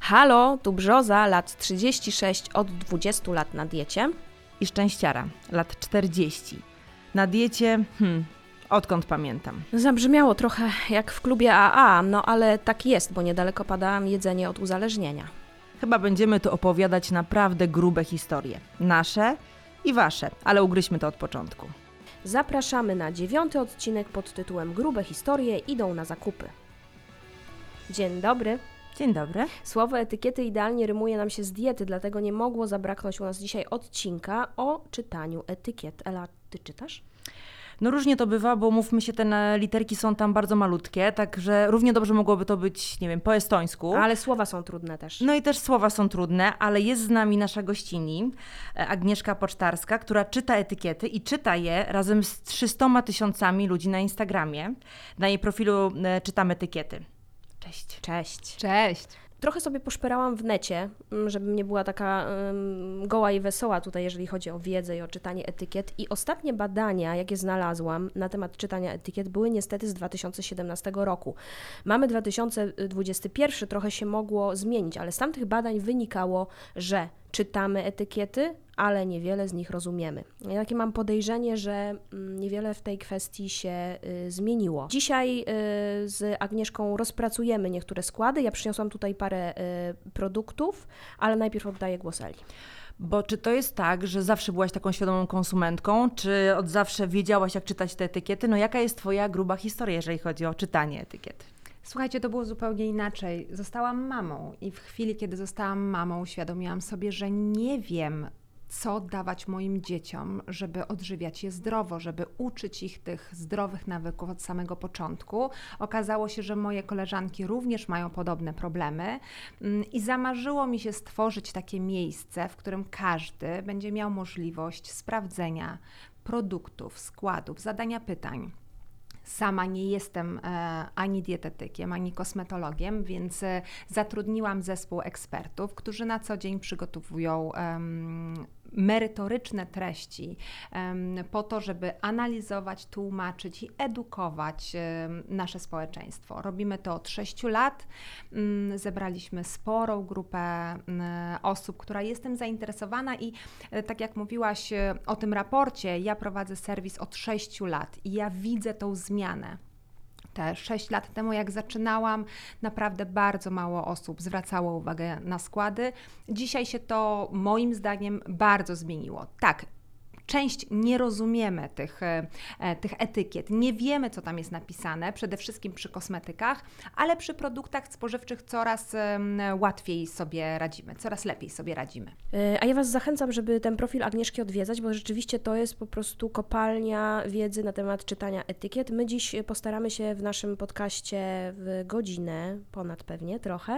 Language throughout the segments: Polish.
Halo, tu Brzoza, lat 36, od 20 lat na diecie. I Szczęściara, lat 40. Na diecie, odkąd pamiętam. Zabrzmiało trochę jak w klubie AA, no ale tak jest, bo niedaleko pada jedzenie od uzależnienia. Chyba będziemy tu opowiadać naprawdę grube historie. Nasze i wasze, ale ugryźmy to od początku. Zapraszamy na 9. odcinek pod tytułem Grube historie idą na zakupy. Dzień dobry. Dzień dobry. Słowo etykiety idealnie rymuje nam się z diety, dlatego nie mogło zabraknąć u nas dzisiaj odcinka o czytaniu etykiet. Ela, ty czytasz? No różnie to bywa, bo mówmy się, te literki są tam bardzo malutkie, także równie dobrze mogłoby to być, nie wiem, po estońsku. Ale słowa są trudne też. No i też słowa są trudne, ale jest z nami nasza gościni, Agnieszka Pocztarska, która czyta etykiety i czyta je razem z 300 000 ludzi na Instagramie. Na jej profilu czytam etykiety. Cześć. Cześć. Cześć. Trochę sobie poszperałam w necie, żebym nie była taka goła i wesoła tutaj, jeżeli chodzi o wiedzę i o czytanie etykiet. I ostatnie badania, jakie znalazłam na temat czytania etykiet, były niestety z 2017 roku. Mamy 2021, trochę się mogło zmienić, ale z tamtych badań wynikało, że czytamy etykiety, ale niewiele z nich rozumiemy. Ja takie mam podejrzenie, że niewiele w tej kwestii się zmieniło. Dzisiaj z Agnieszką rozpracujemy niektóre składy. Ja przyniosłam tutaj parę produktów, ale najpierw oddaję głos Eli. Bo czy to jest tak, że zawsze byłaś taką świadomą konsumentką, czy od zawsze wiedziałaś, jak czytać te etykiety? No jaka jest twoja gruba historia, jeżeli chodzi o czytanie etykiet? Słuchajcie, to było zupełnie inaczej. Zostałam mamą i w chwili, kiedy zostałam mamą, uświadomiłam sobie, że nie wiem, co dawać moim dzieciom, żeby odżywiać je zdrowo, żeby uczyć ich tych zdrowych nawyków od samego początku. Okazało się, że moje koleżanki również mają podobne problemy i zamarzyło mi się stworzyć takie miejsce, w którym każdy będzie miał możliwość sprawdzenia produktów, składów, zadania pytań. Sama nie jestem ani dietetykiem, ani kosmetologiem, więc zatrudniłam zespół ekspertów, którzy na co dzień przygotowują merytoryczne treści po to, żeby analizować, tłumaczyć i edukować nasze społeczeństwo. Robimy to od 6 lat. Zebraliśmy sporą grupę osób, która jest tym zainteresowana i tak jak mówiłaś o tym raporcie, ja prowadzę serwis od 6 lat i ja widzę tą zmianę. Te 6 lat temu, jak zaczynałam, naprawdę bardzo mało osób zwracało uwagę na składy. Dzisiaj się to moim zdaniem bardzo zmieniło. Tak, część nie rozumiemy tych etykiet, nie wiemy, co tam jest napisane, przede wszystkim przy kosmetykach, ale przy produktach spożywczych coraz łatwiej sobie radzimy, coraz lepiej sobie radzimy. A ja Was zachęcam, żeby ten profil Agnieszki odwiedzać, bo rzeczywiście to jest po prostu kopalnia wiedzy na temat czytania etykiet. My dziś postaramy się w naszym podcaście w godzinę, ponad pewnie trochę,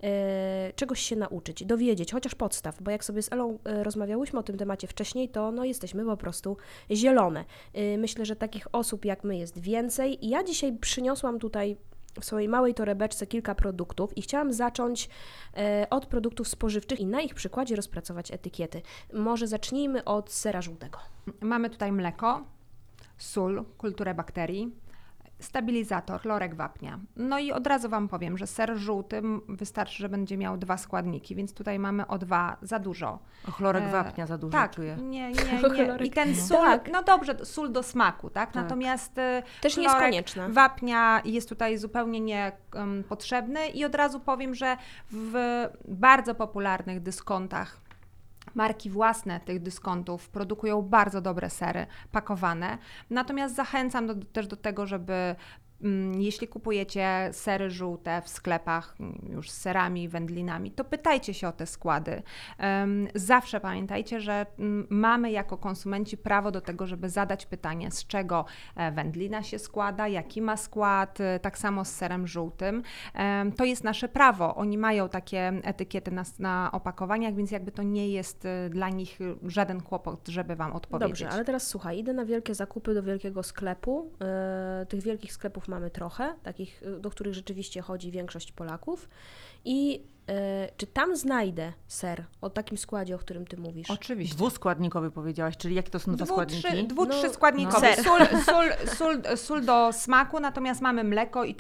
czegoś się nauczyć, dowiedzieć, chociaż podstaw, bo jak sobie z Elą rozmawiałyśmy o tym temacie wcześniej, to jesteśmy po prostu zielone. Myślę, że takich osób jak my jest więcej. I ja dzisiaj przyniosłam tutaj w swojej małej torebeczce kilka produktów i chciałam zacząć od produktów spożywczych i na ich przykładzie rozpracować etykiety. Może zacznijmy od sera żółtego. Mamy tutaj mleko, sól, kulturę bakterii, stabilizator, chlorek wapnia. No i od razu Wam powiem, że ser żółty wystarczy, że będzie miał 2 składniki, więc tutaj mamy o 2 za dużo. O chlorek wapnia za dużo tak, czuję. Nie. I ten sól, no dobrze, sól do smaku, tak? Natomiast też nie jest konieczne. Wapnia jest tutaj zupełnie niepotrzebny i od razu powiem, że w bardzo popularnych dyskontach marki własne tych dyskontów produkują bardzo dobre sery pakowane, natomiast zachęcam też do tego, żeby jeśli kupujecie sery żółte w sklepach już z serami, wędlinami, to pytajcie się o te składy. Zawsze pamiętajcie, że mamy jako konsumenci prawo do tego, żeby zadać pytanie, z czego wędlina się składa, jaki ma skład, tak samo z serem żółtym. To jest nasze prawo. Oni mają takie etykiety na opakowaniach, więc jakby to nie jest dla nich żaden kłopot, żeby Wam odpowiedzieć. Dobrze, ale teraz słuchaj, idę na wielkie zakupy do wielkiego sklepu. Tych wielkich sklepów mamy trochę, takich, do których rzeczywiście chodzi większość Polaków. I czy tam znajdę ser o takim składzie, o którym Ty mówisz? Oczywiście. Dwuskładnikowy powiedziałaś, czyli jakie to są 2 składniki? Trzy składnikowy. Sól do smaku, natomiast mamy mleko i tą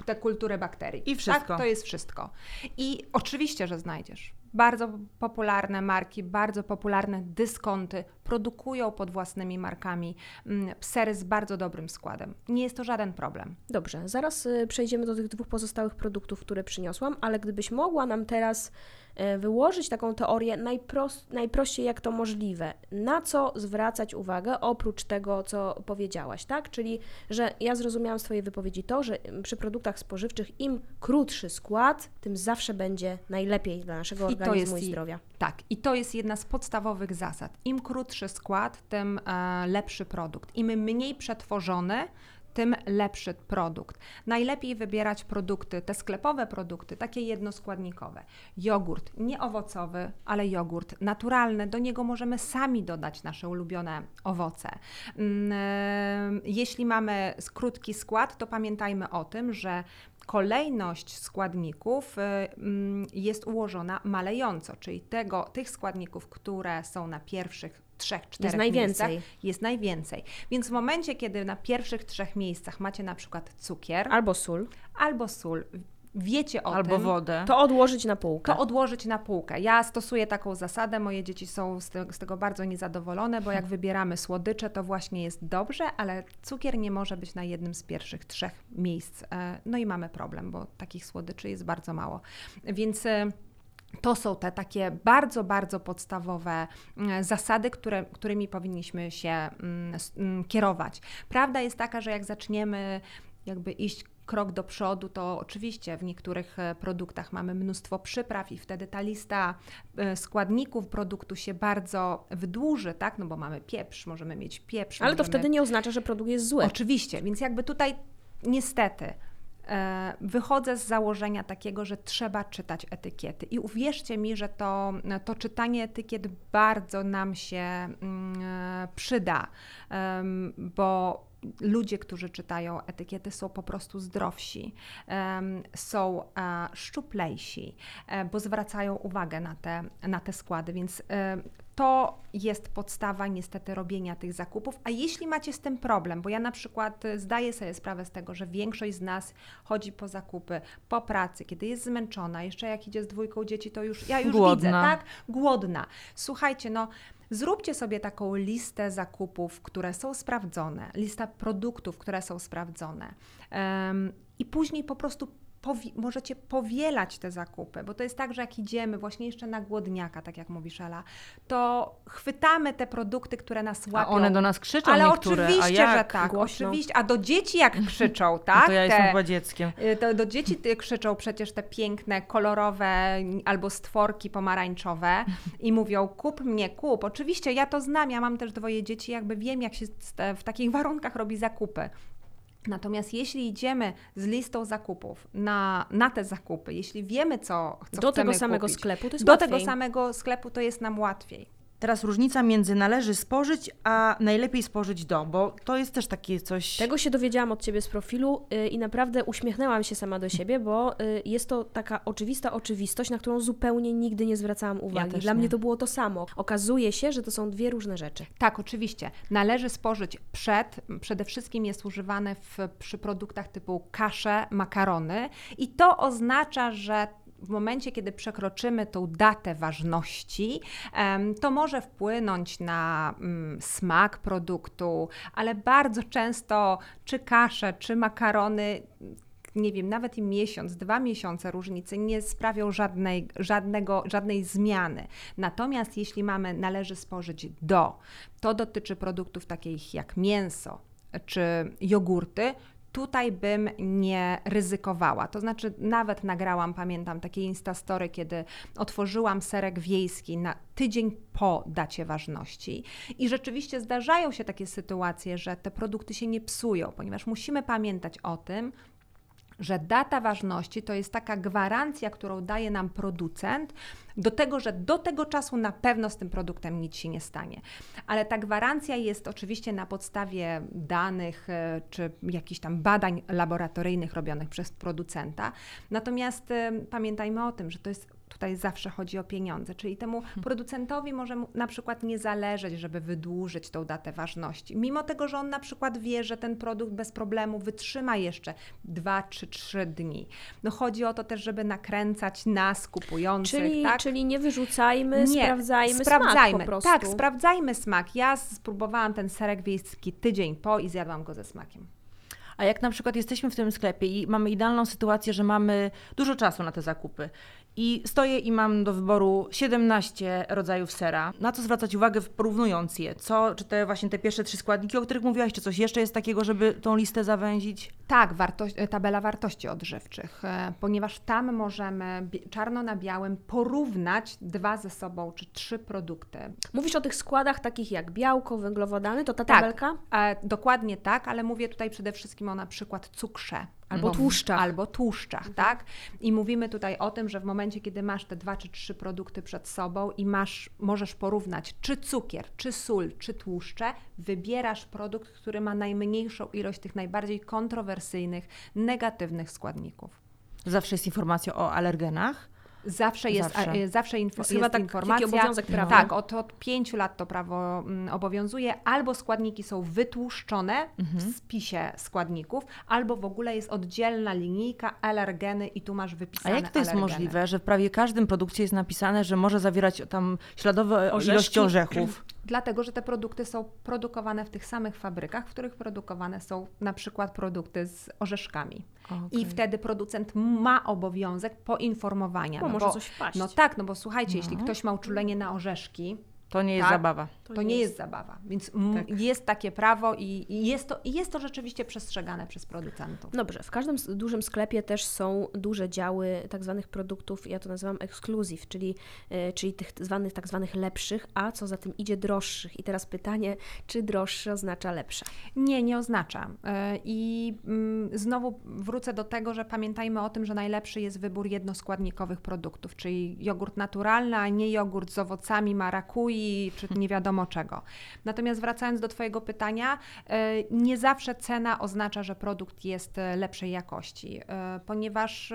te kultury bakterii. I wszystko. Tak, to jest wszystko. I oczywiście, że znajdziesz. Bardzo popularne marki, bardzo popularne dyskonty produkują pod własnymi markami sery z bardzo dobrym składem. Nie jest to żaden problem. Dobrze, zaraz przejdziemy do tych 2 pozostałych produktów, które przyniosłam, ale gdybyś mogła nam teraz wyłożyć taką teorię najprościej jak to możliwe, na co zwracać uwagę oprócz tego, co powiedziałaś, tak? Czyli, że ja zrozumiałam z Twojej wypowiedzi to, że przy produktach spożywczych im krótszy skład, tym zawsze będzie najlepiej dla naszego organizmu i zdrowia. Tak, i to jest jedna z podstawowych zasad. Im krótszy skład, tym lepszy produkt. Im mniej przetworzony, tym lepszy produkt. Najlepiej wybierać produkty, te sklepowe produkty, takie jednoskładnikowe. Jogurt, nie owocowy, ale jogurt naturalny. Do niego możemy sami dodać nasze ulubione owoce. Jeśli mamy krótki skład, to pamiętajmy o tym, że kolejność składników jest ułożona malejąco, czyli tych składników, które są na pierwszych 3-4 jest najwięcej. miejscach, jest najwięcej. Więc w momencie, kiedy na pierwszych 3 miejscach macie na przykład cukier albo sól, wiecie o albo tym, wodę, to odłożyć na półkę. to odłożyć na półkę. Ja stosuję taką zasadę, moje dzieci są z tego bardzo niezadowolone, bo jak wybieramy słodycze, to właśnie jest dobrze, ale cukier nie może być na jednym z pierwszych 3 miejsc. No i mamy problem, bo takich słodyczy jest bardzo mało. Więc to są te takie bardzo, bardzo podstawowe zasady, którymi powinniśmy się kierować. Prawda jest taka, że jak zaczniemy jakby iść krok do przodu, to oczywiście w niektórych produktach mamy mnóstwo przypraw i wtedy ta lista składników produktu się bardzo wydłuży, tak? No bo mamy pieprz, możemy mieć pieprz. Ale to wtedy nie oznacza, że produkt jest zły. Oczywiście, więc jakby tutaj niestety wychodzę z założenia takiego, że trzeba czytać etykiety i uwierzcie mi, że to czytanie etykiet bardzo nam się przyda, bo ludzie, którzy czytają etykiety, są po prostu zdrowsi, są szczuplejsi, bo zwracają uwagę na te składy, więc to jest podstawa niestety robienia tych zakupów. A jeśli macie z tym problem, bo ja na przykład zdaję sobie sprawę z tego, że większość z nas chodzi po zakupy, po pracy, kiedy jest zmęczona, jeszcze jak idzie z 2 dzieci, to ja już głodna. widzę, tak? Głodna. Słuchajcie, zróbcie sobie taką listę zakupów, które są sprawdzone, lista produktów, które są sprawdzone i później po prostu możecie powielać te zakupy, bo to jest tak, że jak idziemy właśnie jeszcze na głodniaka, tak jak mówisz Ela, to chwytamy te produkty, które nas łapią. A one do nas krzyczą ale niektóre, oczywiście, a jak? że tak, Głośno. oczywiście, a do dzieci jak krzyczą, tak? No to ja jestem chyba dzieckiem. To do dzieci krzyczą przecież te piękne, kolorowe albo stworki pomarańczowe i mówią kup mnie, kup. Oczywiście ja to znam, ja mam też 2 dzieci, jakby wiem jak się w takich warunkach robi zakupy. Natomiast jeśli idziemy z listą zakupów na te zakupy, jeśli wiemy co do tego chcemy samego kupić, sklepu, to jest do łatwiej. tego samego sklepu to jest nam łatwiej. Teraz różnica między należy spożyć, a najlepiej spożyć bo to jest też takie coś... Tego się dowiedziałam od Ciebie z profilu i naprawdę uśmiechnęłam się sama do siebie, bo jest to taka oczywista oczywistość, na którą zupełnie nigdy nie zwracałam uwagi. też Dla nie. mnie to było to samo. Okazuje się, że to są 2 różne rzeczy. Tak, oczywiście. Należy spożyć przede wszystkim jest używane przy produktach typu kasze, makarony i to oznacza, że w momencie, kiedy przekroczymy tą datę ważności, to może wpłynąć na smak produktu, ale bardzo często czy kasze, czy makarony, nie wiem, nawet i miesiąc, 2 miesiące różnicy nie sprawią żadnej zmiany. Natomiast jeśli należy spożyć to dotyczy produktów takich jak mięso czy jogurty, tutaj bym nie ryzykowała. To znaczy nawet nagrałam, pamiętam, takie Instastory, kiedy otworzyłam serek wiejski na tydzień po dacie ważności i rzeczywiście zdarzają się takie sytuacje, że te produkty się nie psują, ponieważ musimy pamiętać o tym, że data ważności to jest taka gwarancja, którą daje nam producent do tego, że do tego czasu na pewno z tym produktem nic się nie stanie. Ale ta gwarancja jest oczywiście na podstawie danych czy jakichś tam badań laboratoryjnych robionych przez producenta. Natomiast pamiętajmy o tym, że Tutaj zawsze chodzi o pieniądze, czyli temu producentowi może na przykład nie zależeć, żeby wydłużyć tą datę ważności, mimo tego, że on na przykład wie, że ten produkt bez problemu wytrzyma jeszcze 2 czy 3 dni. No chodzi o to też, żeby nakręcać nas kupujących, tak? Czyli nie wyrzucajmy, Nie, sprawdzajmy smak po prostu. Tak, sprawdzajmy smak. Ja spróbowałam ten serek wiejski tydzień po i zjadłam go ze smakiem. A jak na przykład jesteśmy w tym sklepie i mamy idealną sytuację, że mamy dużo czasu na te zakupy i stoję i mam do wyboru 17 rodzajów sera, na co zwracać uwagę porównując je? Czy te pierwsze 3 składniki, o których mówiłaś, czy coś jeszcze jest takiego, żeby tą listę zawęzić? Tak, tabela wartości odżywczych, ponieważ tam możemy czarno na białym porównać 2 ze sobą czy 3 produkty. Mówisz o tych składach takich jak białko, węglowodany, to ta Tak, tabelka? Dokładnie tak, ale mówię tutaj przede wszystkim o na przykład cukrze. Albo tłuszczach. Albo tłuszczach, tak? I mówimy tutaj o tym, że w momencie, kiedy masz te 2 czy 3 produkty przed sobą i możesz porównać czy cukier, czy sól, czy tłuszcze, wybierasz produkt, który ma najmniejszą ilość tych najbardziej kontrowersyjnych, negatywnych składników. Zawsze jest informacja o alergenach. Zawsze jest chyba taki informacja. obowiązek prawny. Tak, od 5 lat to prawo obowiązuje. Albo składniki są wytłuszczone w spisie składników, albo w ogóle jest oddzielna linijka alergeny i tu masz wypisane A jak to jest alergeny. możliwe, że w prawie każdym produkcie jest napisane, że może zawierać tam śladowe ilości orzechów? Dlatego, że te produkty są produkowane w tych samych fabrykach, w których produkowane są na przykład produkty z orzeszkami. Okay. I wtedy producent ma obowiązek poinformowania. Bo może coś wpaść. No tak, no bo słuchajcie, jeśli ktoś ma uczulenie na orzeszki, to nie jest zabawa. To nie jest zabawa, więc jest takie prawo i jest to rzeczywiście przestrzegane przez producentów. Dobrze, w każdym dużym sklepie też są duże działy tak zwanych produktów, ja to nazywam exclusive, czyli tych tak zwanych lepszych, a co za tym idzie droższych. I teraz pytanie, czy droższe oznacza lepsze? Nie oznacza. I znowu wrócę do tego, że pamiętajmy o tym, że najlepszy jest wybór jednoskładnikowych produktów, czyli jogurt naturalny, a nie jogurt z owocami marakui, czy nie wiadomo czego. Natomiast wracając do Twojego pytania, nie zawsze cena oznacza, że produkt jest lepszej jakości, ponieważ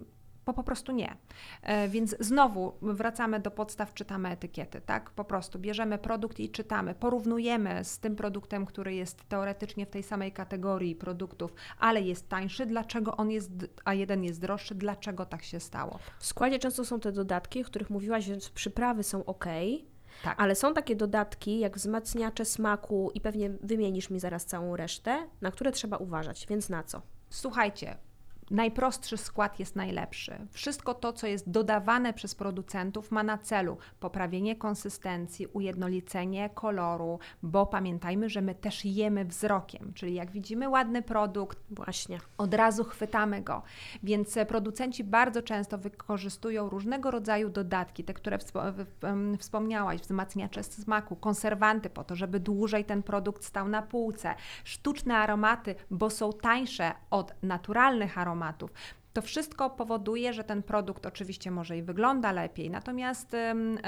po prostu nie. Więc znowu wracamy do podstaw, czytamy etykiety, tak? Po prostu bierzemy produkt i czytamy, porównujemy z tym produktem, który jest teoretycznie w tej samej kategorii produktów, ale jest tańszy, dlaczego on jest, a jeden jest droższy, dlaczego tak się stało. W składzie często są te dodatki, o których mówiłaś, że przyprawy są ok. Tak. Ale są takie dodatki jak wzmacniacze smaku i pewnie wymienisz mi zaraz całą resztę, na które trzeba uważać, więc na co? Słuchajcie, najprostszy skład jest najlepszy. Wszystko to, co jest dodawane przez producentów, ma na celu poprawienie konsystencji, ujednolicenie koloru, bo pamiętajmy, że my też jemy wzrokiem, czyli jak widzimy ładny produkt, Właśnie. od razu chwytamy go. Więc producenci bardzo często wykorzystują różnego rodzaju dodatki, te, które wspomniałaś, wzmacniacze smaku, konserwanty po to, żeby dłużej ten produkt stał na półce, sztuczne aromaty, bo są tańsze od naturalnych aromatów. To wszystko powoduje, że ten produkt oczywiście może i wygląda lepiej, natomiast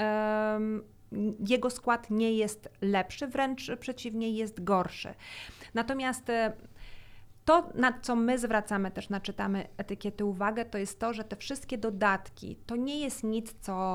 jego skład nie jest lepszy, wręcz przeciwnie, jest gorszy. Natomiast to, na co my zwracamy też, czytamy etykiety uwagę, to jest to, że te wszystkie dodatki to nie jest nic,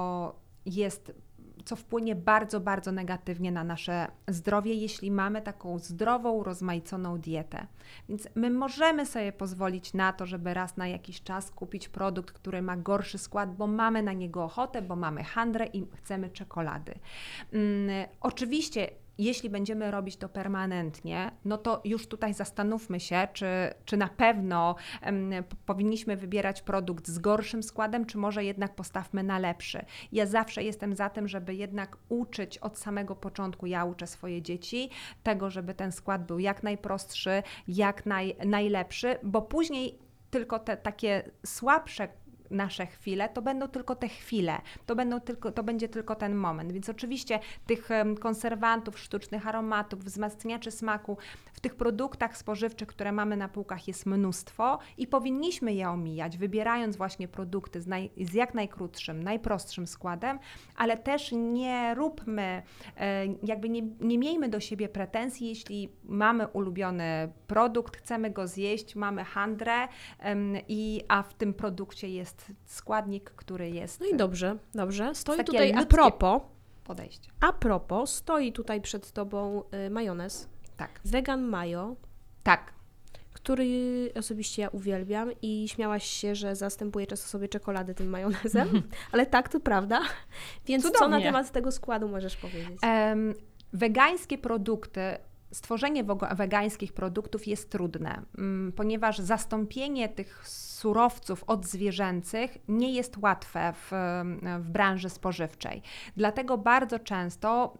co wpłynie bardzo, bardzo negatywnie na nasze zdrowie, jeśli mamy taką zdrową, urozmaiconą dietę. Więc my możemy sobie pozwolić na to, żeby raz na jakiś czas kupić produkt, który ma gorszy skład, bo mamy na niego ochotę, bo mamy handrę i chcemy czekolady. Oczywiście, jeśli będziemy robić to permanentnie, no to już tutaj zastanówmy się, czy na pewno powinniśmy wybierać produkt z gorszym składem, czy może jednak postawmy na lepszy. Ja zawsze jestem za tym, żeby jednak uczyć od samego początku, ja uczę swoje dzieci tego, żeby ten skład był jak najprostszy, jak najlepszy, bo później tylko te takie słabsze nasze chwile, to będą tylko te chwile, to będzie tylko ten moment. Więc oczywiście tych konserwantów, sztucznych aromatów, wzmacniaczy smaku w tych produktach spożywczych, które mamy na półkach, jest mnóstwo i powinniśmy je omijać, wybierając właśnie produkty z jak najkrótszym, najprostszym składem, ale też nie róbmy, nie miejmy do siebie pretensji, jeśli mamy ulubiony produkt, chcemy go zjeść, mamy handrę, a w tym produkcie jest jest składnik, który jest... No i dobrze. Stoi Takie tutaj ludzkie podejście. a propos, stoi tutaj przed Tobą majonez. Tak. Vegan mayo, Tak. który osobiście ja uwielbiam i śmiałaś się, że zastępuję często sobie czekoladę tym majonezem, ale tak, to prawda. Więc co na Cudownie. temat tego składu możesz powiedzieć? Wegańskie produkty, stworzenie wegańskich produktów jest trudne, ponieważ zastąpienie tych surowców odzwierzęcych nie jest łatwe w branży spożywczej. Dlatego bardzo często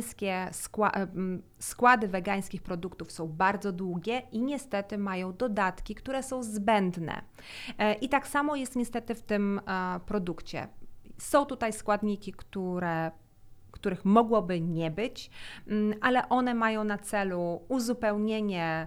składy wegańskich produktów są bardzo długie i niestety mają dodatki, które są zbędne. I tak samo jest niestety w tym produkcie. Są tutaj składniki, których mogłoby nie być, ale one mają na celu uzupełnienie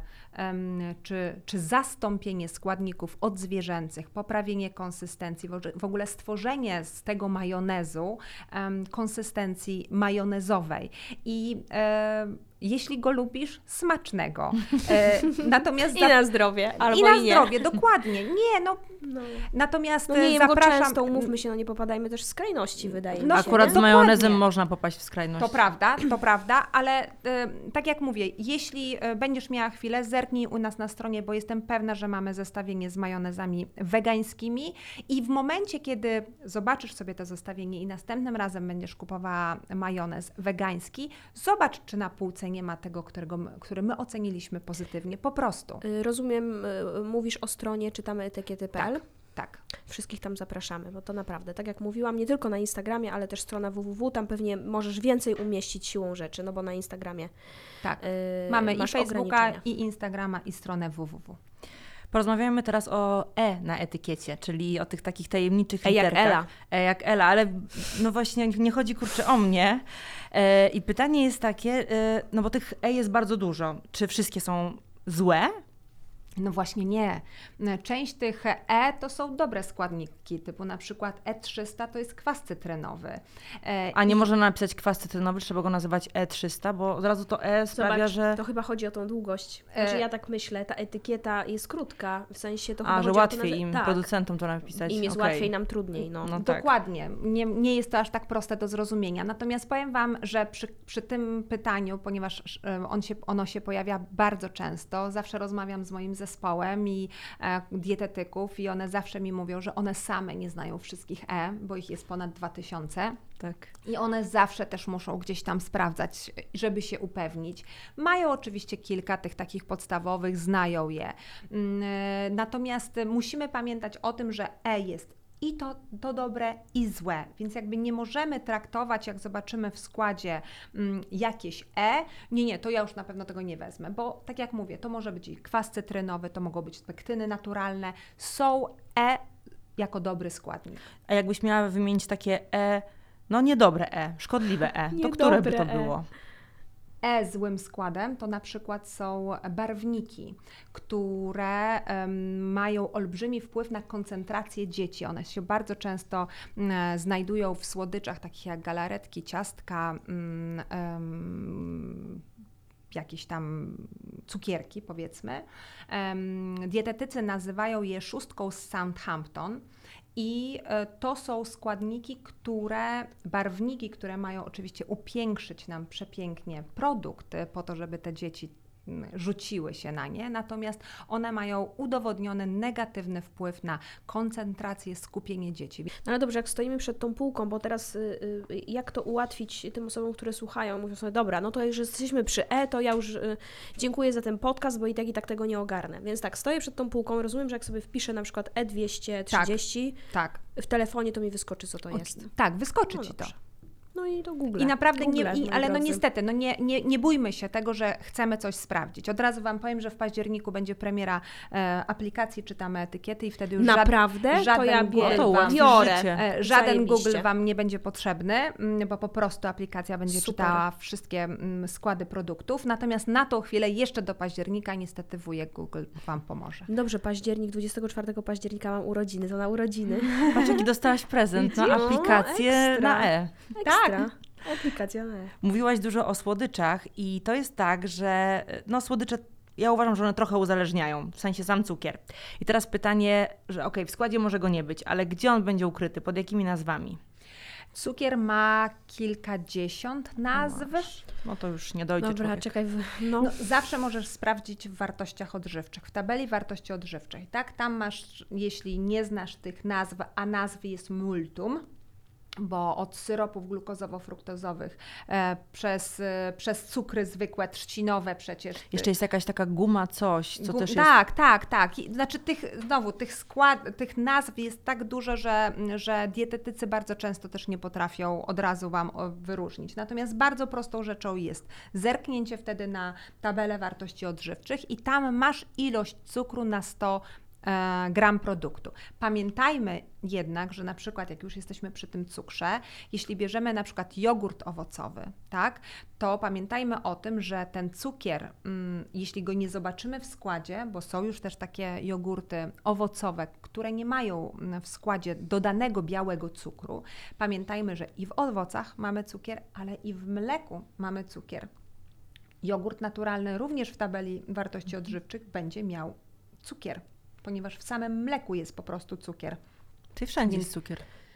czy zastąpienie składników odzwierzęcych, poprawienie konsystencji, w ogóle stworzenie z tego majonezu konsystencji majonezowej. I jeśli go lubisz, smacznego. Natomiast I na zdrowie, albo i na nie. zdrowie, dokładnie. Nie, no. Natomiast No nie jem go zapraszam... często, umówmy się, nie popadajmy też w skrajności, wydaje mi No się. Akurat nie? z Dokładnie. majonezem można popaść w skrajność. To prawda, ale tak jak mówię, jeśli będziesz miała chwilę, zerknij u nas na stronie, bo jestem pewna, że mamy zestawienie z majonezami wegańskimi i w momencie, kiedy zobaczysz sobie to zestawienie i następnym razem będziesz kupowała majonez wegański, zobacz, czy na półce nie ma tego, który my oceniliśmy pozytywnie, po prostu. Rozumiem, mówisz o stronie czytamy etykiety.pl. Tak. Wszystkich tam zapraszamy, bo to naprawdę, tak jak mówiłam, nie tylko na Instagramie, ale też strona www, tam pewnie możesz więcej umieścić siłą rzeczy, no bo na Instagramie Tak. Mamy i masz Facebooka, ograniczenia. i Instagrama, i stronę www. Porozmawiamy teraz o E na etykiecie, czyli o tych takich tajemniczych E jak literkach. Ela. E jak Ela, ale no właśnie nie chodzi kurczę o mnie. I pytanie jest takie, no bo tych E jest bardzo dużo. Czy wszystkie są złe? No właśnie nie. Część tych E to są dobre składniki, typu na przykład E300 to jest kwas cytrynowy. A nie można napisać kwas cytrynowy, trzeba go nazywać E300, bo od razu to E sprawia, Zobacz, że... to chyba chodzi o tą długość. Znaczy ja tak myślę, ta etykieta jest krótka, w sensie to chyba A, że chodzi o to łatwiej im, tak. producentom to napisać. Im jest Okej. łatwiej, nam trudniej. No. No tak. Dokładnie. Nie jest to aż tak proste do zrozumienia. Natomiast powiem Wam, że przy tym pytaniu, ponieważ ono się pojawia bardzo często, zawsze rozmawiam z moim zespołem i dietetyków i one zawsze mi mówią, że one same nie znają wszystkich E, bo ich jest ponad 2000. Tak. I one zawsze też muszą gdzieś tam sprawdzać, żeby się upewnić. Mają oczywiście kilka tych takich podstawowych, znają je. Natomiast musimy pamiętać o tym, że E jest i to dobre, i złe. Więc jakby nie możemy traktować, jak zobaczymy w składzie jakieś E, nie, to ja już na pewno tego nie wezmę, bo tak jak mówię, to może być i kwas cytrynowy, to mogą być pektyny naturalne, są E jako dobry składnik. A jakbyś miała wymienić takie E, no niedobre E, szkodliwe E, to które by to Niedobre E. było? Złym składem to na przykład są barwniki, które mają olbrzymi wpływ na koncentrację dzieci. One się bardzo często znajdują w słodyczach takich jak galaretki, ciastka, jakieś tam cukierki, powiedzmy. Dietetycy nazywają je szóstką z Southampton. I to są barwniki, które mają oczywiście upiększyć nam przepięknie produkt po to, żeby te dzieci rzuciły się na nie, natomiast one mają udowodniony negatywny wpływ na koncentrację, skupienie dzieci. No ale dobrze, jak stoimy przed tą półką, bo teraz jak to ułatwić tym osobom, które słuchają, mówią sobie, dobra, no to już jesteśmy przy E, to ja już dziękuję za ten podcast, bo i tak tego nie ogarnę. Więc tak, stoję przed tą półką, rozumiem, że jak sobie wpiszę na przykład E230 Tak. w telefonie, to mi wyskoczy, co to jest. Tak, wyskoczy No Ci to. dobrze. No i to Google. I naprawdę Google, ale no drodzy. niestety, no nie bójmy się tego, że chcemy coś sprawdzić. Od razu Wam powiem, że w październiku będzie premiera aplikacji Czytamy etykiety i wtedy już Naprawdę? To żaden ja Google to wam, ułatwi biorę. życie. żaden Zajebiście. Google Wam nie będzie potrzebny, bo po prostu aplikacja będzie Super. czytała wszystkie składy produktów. Natomiast na tą chwilę, jeszcze do października, niestety wujek Google Wam pomoże. Dobrze, październik, 24 października mam urodziny, to na urodziny. Patrz, jaki dostałaś prezent na Widzisz? aplikację Ekstra. na E. Ekstra. Aplikacja. Mówiłaś dużo o słodyczach i to jest tak, że no słodycze Ja uważam, że one trochę uzależniają, w sensie sam cukier. I teraz pytanie, że okej, w składzie może go nie być, ale gdzie on będzie ukryty, pod jakimi nazwami? Cukier ma kilkadziesiąt nazw. No to już nie dojdzie Dobra, człowiek. czekaj. No, zawsze możesz sprawdzić w wartościach odżywczych, w tabeli wartości odżywczych, tak? Tam masz, jeśli nie znasz tych nazw, a nazw jest multum, bo od syropów glukozowo-fruktozowych przez cukry zwykłe, trzcinowe przecież. Jeszcze jest jakaś taka guma, coś, co też jest... Tak. Znaczy tych nazw jest tak dużo, że dietetycy bardzo często też nie potrafią od razu Wam wyróżnić. Natomiast bardzo prostą rzeczą jest zerknięcie wtedy na tabelę wartości odżywczych i tam masz ilość cukru na 100 gram produktu. Pamiętajmy jednak, że na przykład jak już jesteśmy przy tym cukrze, jeśli bierzemy na przykład jogurt owocowy, tak, to pamiętajmy o tym, że ten cukier, jeśli go nie zobaczymy w składzie, bo są już też takie jogurty owocowe, które nie mają w składzie dodanego białego cukru, pamiętajmy, że i w owocach mamy cukier, ale i w mleku mamy cukier. Jogurt naturalny również w tabeli wartości odżywczych będzie miał cukier, ponieważ w samym mleku jest po prostu cukier. Ty wszędzie jest cukier.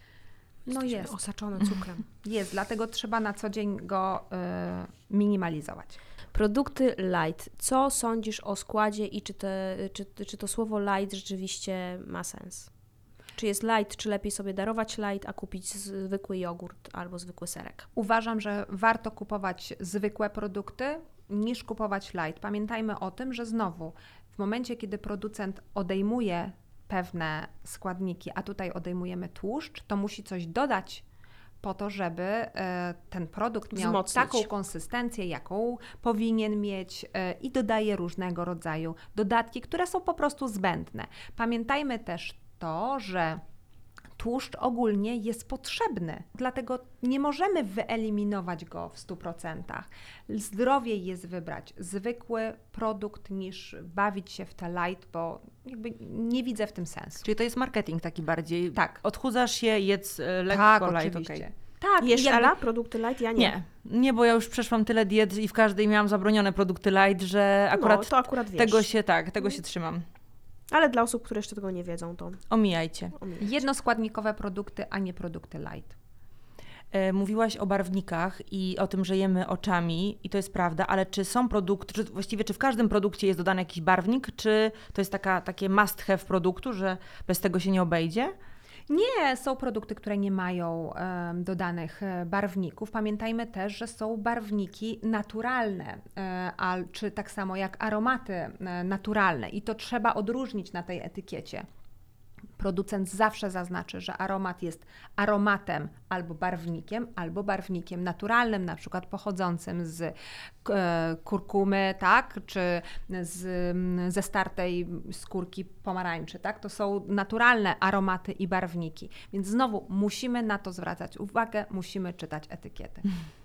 No jest. Osaczone cukrem. Jest, dlatego trzeba na co dzień go minimalizować. Produkty light. Co sądzisz o składzie i czy to słowo light rzeczywiście ma sens? Czy jest light, czy lepiej sobie darować light, a kupić zwykły jogurt albo zwykły serek? Uważam, że warto kupować zwykłe produkty niż kupować light. Pamiętajmy o tym, że znowu w momencie, kiedy producent odejmuje pewne składniki, a tutaj odejmujemy tłuszcz, to musi coś dodać po to, żeby ten produkt miał wzmocnić taką konsystencję, jaką powinien mieć i dodaje różnego rodzaju dodatki, które są po prostu zbędne. Pamiętajmy też to, że tłuszcz ogólnie jest potrzebny, dlatego nie możemy wyeliminować go w 100%. Zdrowiej jest wybrać zwykły produkt niż bawić się w te light, bo jakby nie widzę w tym sensu. Czyli to jest marketing taki bardziej. Tak. Odchudzasz się, jedz lekko, Tak, light, oczywiście. okej. Tak, Jesz, jakby- Ela, produkty light? Ja nie. Nie, bo ja już przeszłam tyle diet i w każdej miałam zabronione produkty light, że akurat, No, to akurat wiesz. tego się trzymam. Ale dla osób, które jeszcze tego nie wiedzą, to Omijajcie. Jednoskładnikowe produkty, a nie produkty light. Mówiłaś o barwnikach i o tym, że jemy oczami i to jest prawda, ale czy są produkty, czy właściwie czy w każdym produkcie jest dodany jakiś barwnik, czy to jest takie must have produktu, że bez tego się nie obejdzie? Nie, są produkty, które nie mają dodanych barwników. Pamiętajmy też, że są barwniki naturalne, czy tak samo jak aromaty naturalne i to trzeba odróżnić na tej etykiecie. Producent zawsze zaznaczy, że aromat jest aromatem albo barwnikiem naturalnym, na przykład pochodzącym z kurkumy, tak, czy ze startej skórki pomarańczy, tak? To są naturalne aromaty i barwniki. Więc znowu musimy na to zwracać uwagę, musimy czytać etykiety.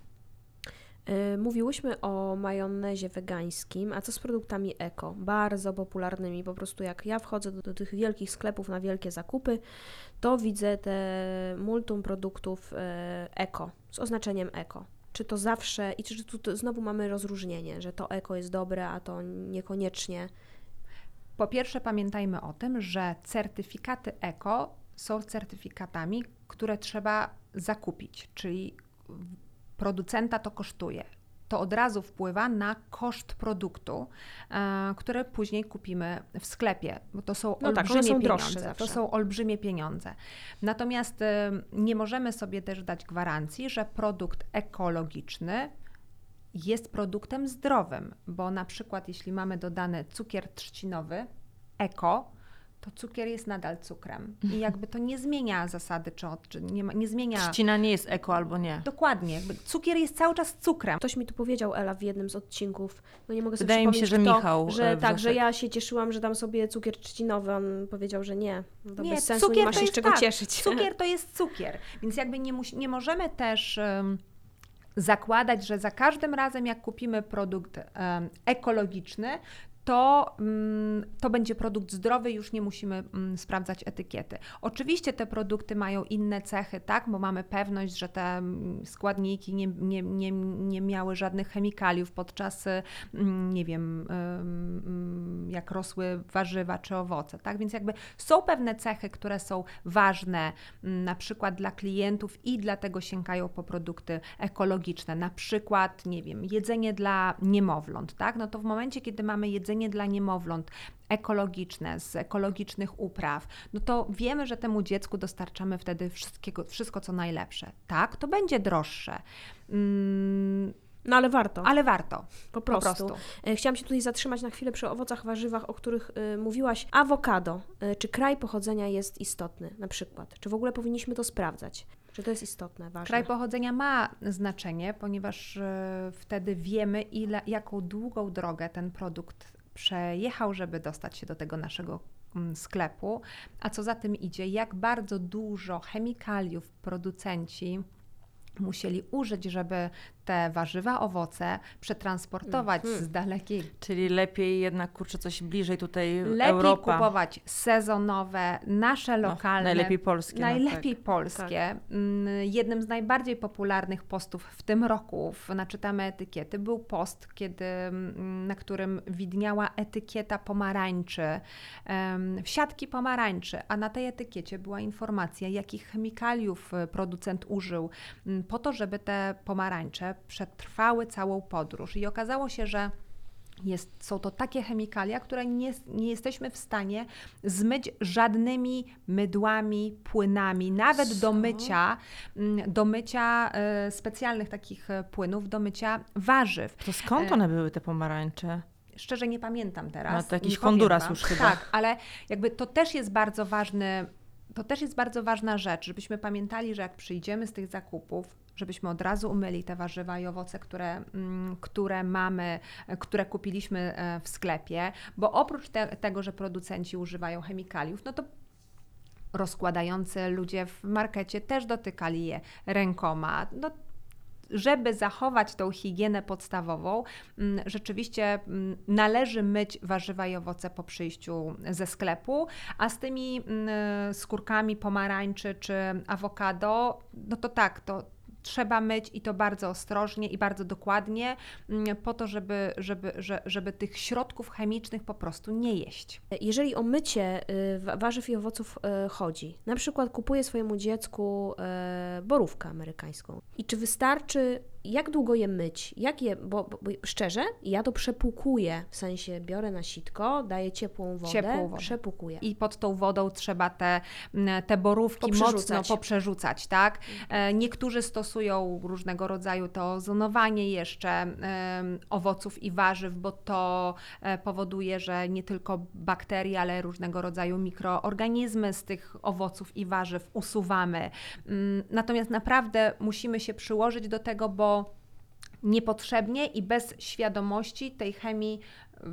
Mówiłyśmy o majonezie wegańskim, a co z produktami eko? Bardzo popularnymi, po prostu jak ja wchodzę do tych wielkich sklepów na wielkie zakupy, to widzę te multum produktów eko, z oznaczeniem eko. Czy to zawsze, i czy tu znowu mamy rozróżnienie, że to eko jest dobre, a to niekoniecznie? Po pierwsze pamiętajmy o tym, że certyfikaty eko są certyfikatami, które trzeba zakupić, czyli producenta to kosztuje. To od razu wpływa na koszt produktu, które później kupimy w sklepie, bo to są olbrzymie są droższe pieniądze. zawsze. To są olbrzymie pieniądze. Natomiast nie możemy sobie też dać gwarancji, że produkt ekologiczny jest produktem zdrowym, bo na przykład jeśli mamy dodany cukier trzcinowy eko, to cukier jest nadal cukrem i jakby to nie zmienia zasady, czy nie zmienia... Trzcina nie jest eko albo nie. Dokładnie, jakby cukier jest cały czas cukrem. Ktoś mi tu powiedział, Ela, w jednym z odcinków, no nie mogę sobie Wydaje mi się, przypomnieć, że kto, Michał że tak, że Wrzosek. ja się cieszyłam, że dam sobie cukier trzcinowy, on powiedział, że nie, no to Nie, bez sensu, nie cukier ma to się z jest czego tak, cieszyć. Cukier to jest cukier, więc jakby nie możemy też zakładać, że za każdym razem jak kupimy produkt ekologiczny, to będzie produkt zdrowy, już nie musimy sprawdzać etykiety. Oczywiście te produkty mają inne cechy, tak, bo mamy pewność, że te składniki nie miały żadnych chemikaliów podczas, nie wiem, jak rosły warzywa czy owoce, tak, więc jakby są pewne cechy, które są ważne na przykład dla klientów i dlatego sięgają po produkty ekologiczne, na przykład, nie wiem, jedzenie dla niemowląt, tak, no to w momencie, kiedy mamy jedzenie dla niemowląt ekologiczne, z ekologicznych upraw, no to wiemy, że temu dziecku dostarczamy wtedy wszystko co najlepsze. Tak, to będzie droższe. No ale warto. Ale warto. Po prostu. Chciałam się tutaj zatrzymać na chwilę przy owocach, warzywach, o których mówiłaś. Awokado. Czy kraj pochodzenia jest istotny na przykład? Czy w ogóle powinniśmy to sprawdzać? Czy to jest istotne, ważne? Kraj pochodzenia ma znaczenie, ponieważ wtedy wiemy, jaką długą drogę ten produkt przejechał, żeby dostać się do tego naszego sklepu, a co za tym idzie, jak bardzo dużo chemikaliów producenci musieli użyć, żeby te warzywa, owoce przetransportować z dalekiej. Czyli lepiej jednak, kurczę, coś bliżej tutaj Lepiej Europa. kupować sezonowe, nasze lokalne. Najlepiej polskie. Najlepiej tak. polskie. Tak. Jednym z najbardziej popularnych postów w tym roku w Naczytamy Etykiety był post, na którym widniała etykieta pomarańczy, siatki pomarańczy, a na tej etykiecie była informacja, jakich chemikaliów producent użył po to, żeby te pomarańcze przetrwały całą podróż. I okazało się, że są to takie chemikalia, które nie jesteśmy w stanie zmyć żadnymi mydłami, płynami, nawet do mycia specjalnych takich płynów, do mycia warzyw. To skąd one były, te pomarańcze? Szczerze nie pamiętam teraz. No to jakiś Honduras już chyba. Tak, ale jakby to też jest bardzo ważny. To też jest bardzo ważna rzecz, żebyśmy pamiętali, że jak przyjdziemy z tych zakupów, żebyśmy od razu umyli te warzywa i owoce, które mamy, które kupiliśmy w sklepie, bo oprócz tego, że producenci używają chemikaliów, no to rozkładający ludzie w markecie też dotykali je rękoma. No, żeby zachować tą higienę podstawową, rzeczywiście należy myć warzywa i owoce po przyjściu ze sklepu, a z tymi skórkami pomarańczy czy awokado, no to tak, to trzeba myć i to bardzo ostrożnie i bardzo dokładnie, po to, żeby tych środków chemicznych po prostu nie jeść. Jeżeli o mycie warzyw i owoców chodzi, na przykład kupuję swojemu dziecku borówkę amerykańską i czy wystarczy, jak długo je myć, bo szczerze, ja to przepłukuję, w sensie biorę na sitko, daję ciepłą wodę, przepłukuję. I pod tą wodą trzeba te borówki mocno poprzerzucać, tak? Niektórzy stosują różnego rodzaju to ozonowanie jeszcze owoców i warzyw, bo to powoduje, że nie tylko bakterie, ale różnego rodzaju mikroorganizmy z tych owoców i warzyw usuwamy. Natomiast naprawdę musimy się przyłożyć do tego, bo niepotrzebnie i bez świadomości tej chemii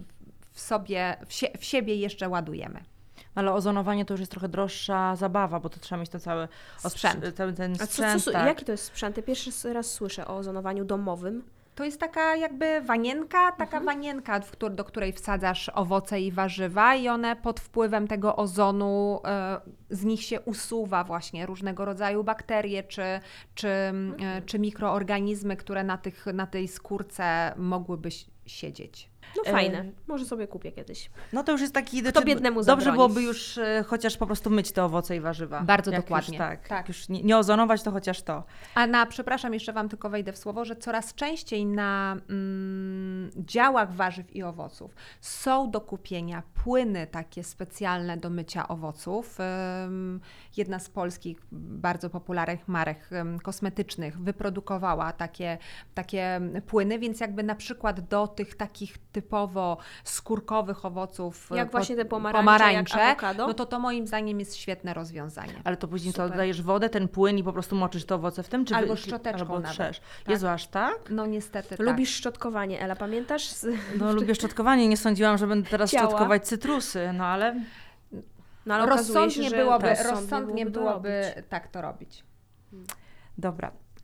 w siebie jeszcze ładujemy. Ale ozonowanie to już jest trochę droższa zabawa, bo to trzeba mieć ten cały sprzęt. Ten A sprzęt. tak. Jaki to jest sprzęt? Ja pierwszy raz słyszę o ozonowaniu domowym. To jest taka jakby wanienka, wanienka, do której wsadzasz owoce i warzywa i one pod wpływem tego ozonu, z nich się usuwa właśnie różnego rodzaju bakterie czy mikroorganizmy, które na tej skórce mogłyby siedzieć. No fajne, może sobie kupię kiedyś. No to już jest taki... Kto biednemu Dobrze zabroni? byłoby już chociaż po prostu myć te owoce i warzywa. Bardzo jak dokładnie. Już, jak już nie ozonować, to chociaż to. Przepraszam, jeszcze Wam tylko wejdę w słowo, że coraz częściej na działach warzyw i owoców są do kupienia płyny takie specjalne do mycia owoców. Jedna z polskich bardzo popularnych marek kosmetycznych wyprodukowała takie płyny, więc jakby na przykład do tych takich typowo skórkowych owoców, jak właśnie te pomarańcze, jak awokado, no to moim zdaniem jest świetne rozwiązanie. Ale to później Super. to dajesz wodę, ten płyn i po prostu moczysz te owoce w tym? Czy Albo szczoteczką albo nawet. trzesz? Tak. Jezu, aż tak? No niestety tak. Lubisz szczotkowanie, Ela, pamiętasz? No lubię szczotkowanie, nie sądziłam, że będę teraz Ciała. szczotkować cytrusy, no ale... No, ale okazuje się, że rozsądnie byłoby to tak to robić. Dobra.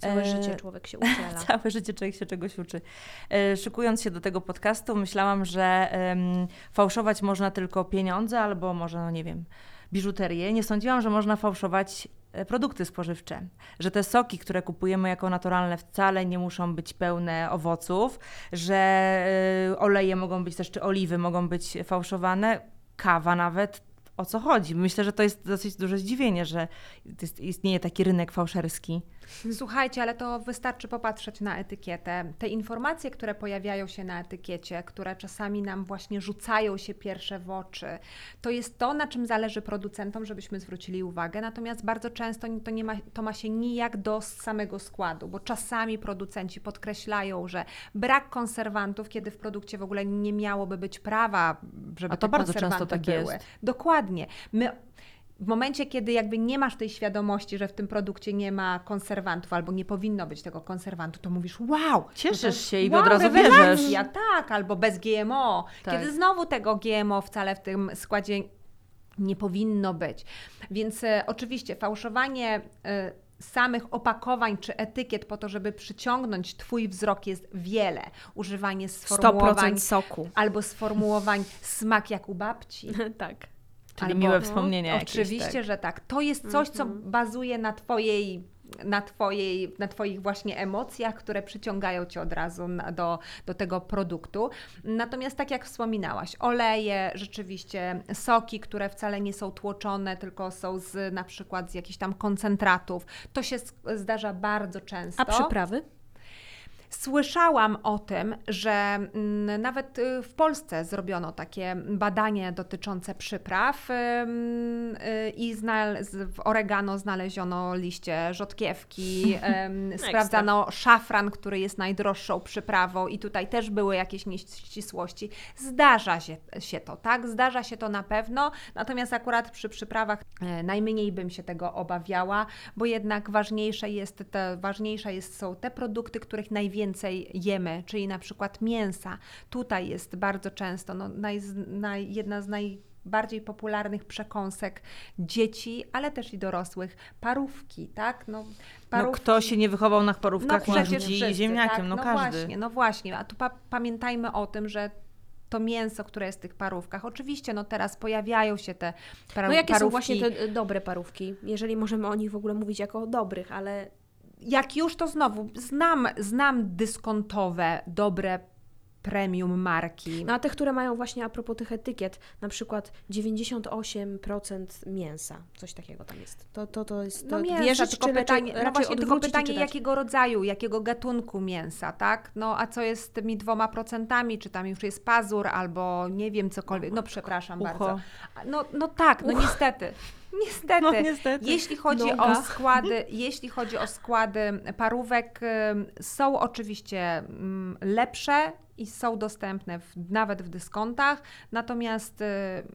Całe życie człowiek się udziela. Całe życie człowiek się czegoś uczy. Szykując się do tego podcastu, myślałam, że fałszować można tylko pieniądze albo może, no nie wiem, biżuterię. Nie sądziłam, że można fałszować produkty spożywcze. Że te soki, które kupujemy jako naturalne, wcale nie muszą być pełne owoców, że oleje mogą być też, czy oliwy mogą być fałszowane, kawa nawet. O co chodzi? Myślę, że to jest dosyć duże zdziwienie, że istnieje taki rynek fałszerski. Słuchajcie, ale to wystarczy popatrzeć na etykietę. Te informacje, które pojawiają się na etykiecie, które czasami nam właśnie rzucają się pierwsze w oczy, to jest to, na czym zależy producentom, żebyśmy zwrócili uwagę. Natomiast bardzo często to ma się nijak do samego składu, bo czasami producenci podkreślają, że brak konserwantów, kiedy w produkcie w ogóle nie miałoby być prawa, żeby A to te bardzo konserwanty często tak były. jest. Dokładnie. W momencie, kiedy jakby nie masz tej świadomości, że w tym produkcie nie ma konserwantów albo nie powinno być tego konserwantu, to mówisz wow! Cieszysz się i wow, od razu rewelacja, bierzesz. tak, albo bez GMO. Tak. Kiedy znowu tego GMO wcale w tym składzie nie powinno być. Więc oczywiście fałszowanie samych opakowań czy etykiet po to, żeby przyciągnąć Twój wzrok jest wiele. Używanie sformułowań 100% soku. albo sformułowań smak jak u babci. Tak. Czyli Albo- miłe wspomnienia jakieś. Oczywiście, tak. że tak. To jest coś, co bazuje na Twoich właśnie emocjach, które przyciągają Cię od razu do tego produktu. Natomiast tak jak wspominałaś, oleje, rzeczywiście soki, które wcale nie są tłoczone, tylko są na przykład z jakichś tam koncentratów. To się zdarza bardzo często. A przyprawy? Słyszałam o tym, że nawet w Polsce zrobiono takie badanie dotyczące przypraw i w oregano znaleziono liście rzodkiewki, sprawdzano szafran, który jest najdroższą przyprawą i tutaj też były jakieś nieścisłości. Zdarza się to, tak? Zdarza się to na pewno, natomiast akurat przy przyprawach najmniej bym się tego obawiała, bo jednak ważniejsze są te produkty, których najwięcej jemy, czyli na przykład mięsa. Tutaj jest bardzo często jedna z najbardziej popularnych przekąsek dzieci, ale też i dorosłych, parówki, tak? Parówki. Kto się nie wychował na parówkach, nie przecież rzuci wszyscy, ziemniakiem, tak? każdy. Właśnie. A tu pamiętajmy o tym, że to mięso, które jest w tych parówkach. Oczywiście, teraz pojawiają się te parówki. Jakie są właśnie te dobre parówki? Jeżeli możemy o nich w ogóle mówić jako o dobrych, ale Jak już to znowu, znam dyskontowe, dobre premium marki. No a te, które mają właśnie a propos tych etykiet, na przykład 98% mięsa, coś takiego tam jest. To jest, to mięsa, wierzyć, tylko czy pytanie, raczej tylko odwrócić i pytanie czytać? jakiego rodzaju, jakiego gatunku mięsa, tak? A co jest z tymi 2%, czy tam już jest pazur, albo nie wiem, cokolwiek, przepraszam Ucho. bardzo. Tak, niestety. Niestety. Jeśli chodzi o składy parówek, są oczywiście lepsze i są dostępne nawet w dyskontach, natomiast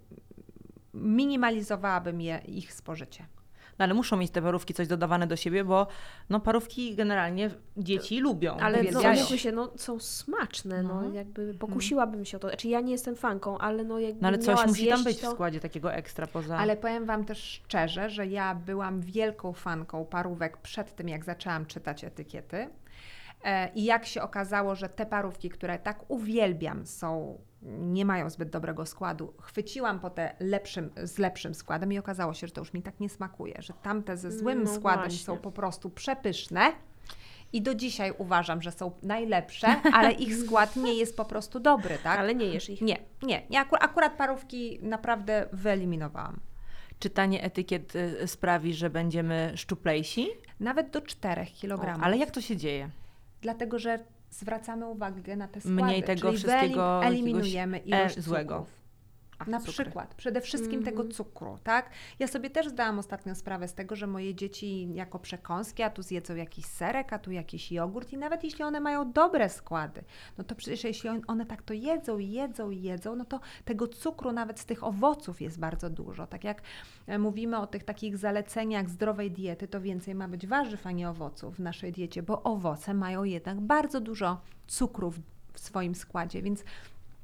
minimalizowałabym ich spożycie. No ale muszą mieć te parówki coś dodawane do siebie, bo parówki generalnie dzieci lubią. Ale Uwielbiają. umówmy się, są smaczne, jakby pokusiłabym się o to. Znaczy ja nie jestem fanką, ale jakby ale coś miała musi tam zjeść, być to... w składzie takiego ekstra poza... Ale powiem Wam też szczerze, że ja byłam wielką fanką parówek przed tym, jak zaczęłam czytać etykiety. I jak się okazało, że te parówki, które tak uwielbiam, nie mają zbyt dobrego składu, chwyciłam po te z lepszym składem i okazało się, że to już mi tak nie smakuje, że tamte ze złym składem właśnie. są po prostu przepyszne. I do dzisiaj uważam, że są najlepsze, ale ich skład nie jest po prostu dobry, tak? Ale nie jesz ich. Nie. Ja akurat parówki naprawdę wyeliminowałam. Czytanie etykiet sprawi, że będziemy szczuplejsi? Nawet do 4 kg. Ale jak to się dzieje? Dlatego, że zwracamy uwagę na te składy. Mniej tego czyli wszystkiego eliminujemy ilość złego. cukrów. Na cukry. przykład, przede wszystkim tego cukru, tak? Ja sobie też zdałam ostatnio sprawę z tego, że moje dzieci jako przekąski, a tu zjedzą jakiś serek, a tu jakiś jogurt i nawet jeśli one mają dobre składy, to przecież jeśli one tak to jedzą, no to tego cukru nawet z tych owoców jest bardzo dużo. Tak jak mówimy o tych takich zaleceniach zdrowej diety, to więcej ma być warzyw, a nie owoców w naszej diecie, bo owoce mają jednak bardzo dużo cukru w swoim składzie, więc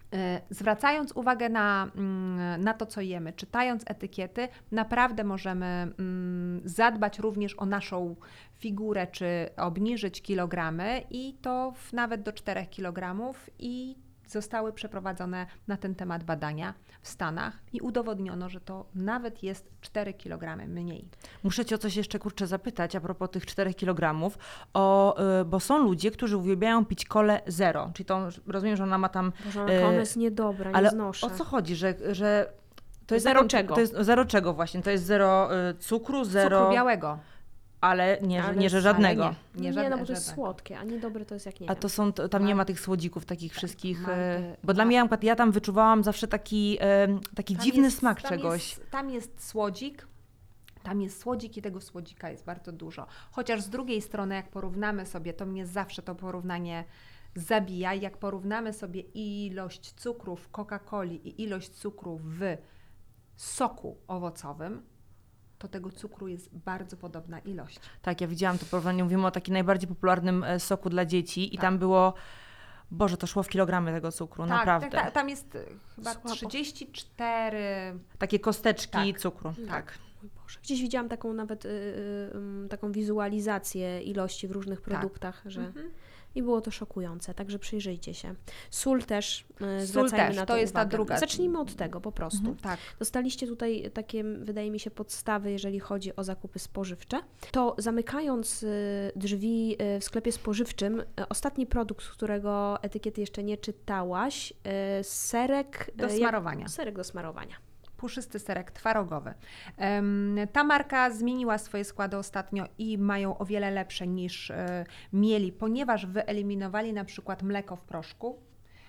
Zwracając uwagę na to, co jemy, czytając etykiety, naprawdę możemy zadbać również o naszą figurę, czy obniżyć kilogramy i to nawet do 4 kg i zostały przeprowadzone na ten temat badania w Stanach i udowodniono, że to nawet jest 4 kg mniej. Muszę Cię o coś jeszcze, zapytać a propos tych 4 kg, bo są ludzie, którzy uwielbiają pić kolę zero, czyli to, rozumiem, że ona ma tam... Boże, ona jest niedobra, ale nie znoszę. o co chodzi, że to jest Zero czego? To jest zero czego właśnie? To jest zero cukru, zero... Cukru białego. Ale nie, że żadnego. Ale nie, Nie, no bo to jest żadnego. słodkie, a niedobre to jest jak nie A wiem. to są, tam nie ma tych słodzików takich wszystkich, Malty, bo dla mnie na przykład ja tam wyczuwałam zawsze taki Tam dziwny jest- smak tam czegoś. Tam jest słodzik i tego słodzika jest bardzo dużo. Chociaż z drugiej strony, jak porównamy sobie, to mnie zawsze to porównanie zabija, jak porównamy sobie ilość cukru w Coca-Coli i ilość cukru w soku owocowym, to tego cukru jest bardzo podobna ilość. Tak, ja widziałam to porównanie, mówimy o takim najbardziej popularnym soku dla dzieci i Tak. tam było, Boże, to szło w kilogramy tego cukru, naprawdę. Tam jest chyba Słabo. 34. Takie kosteczki Tak. cukru. Tak. Mój Boże. Gdzieś widziałam taką nawet taką wizualizację ilości w różnych produktach, że Mhm. i było to szokujące, także przyjrzyjcie się. Sól też, Sól zwracajmy też, na to to jest ta uwagę. druga. Zacznijmy od tego po prostu. Tak. Dostaliście tutaj takie, wydaje mi się, podstawy, jeżeli chodzi o zakupy spożywcze. To zamykając drzwi w sklepie spożywczym, ostatni produkt, z którego etykiety jeszcze nie czytałaś, serek Do smarowania. Serek do smarowania. Puszysty serek twarogowy. Ta marka zmieniła swoje składy ostatnio i mają o wiele lepsze niż mieli, ponieważ wyeliminowali na przykład mleko w proszku,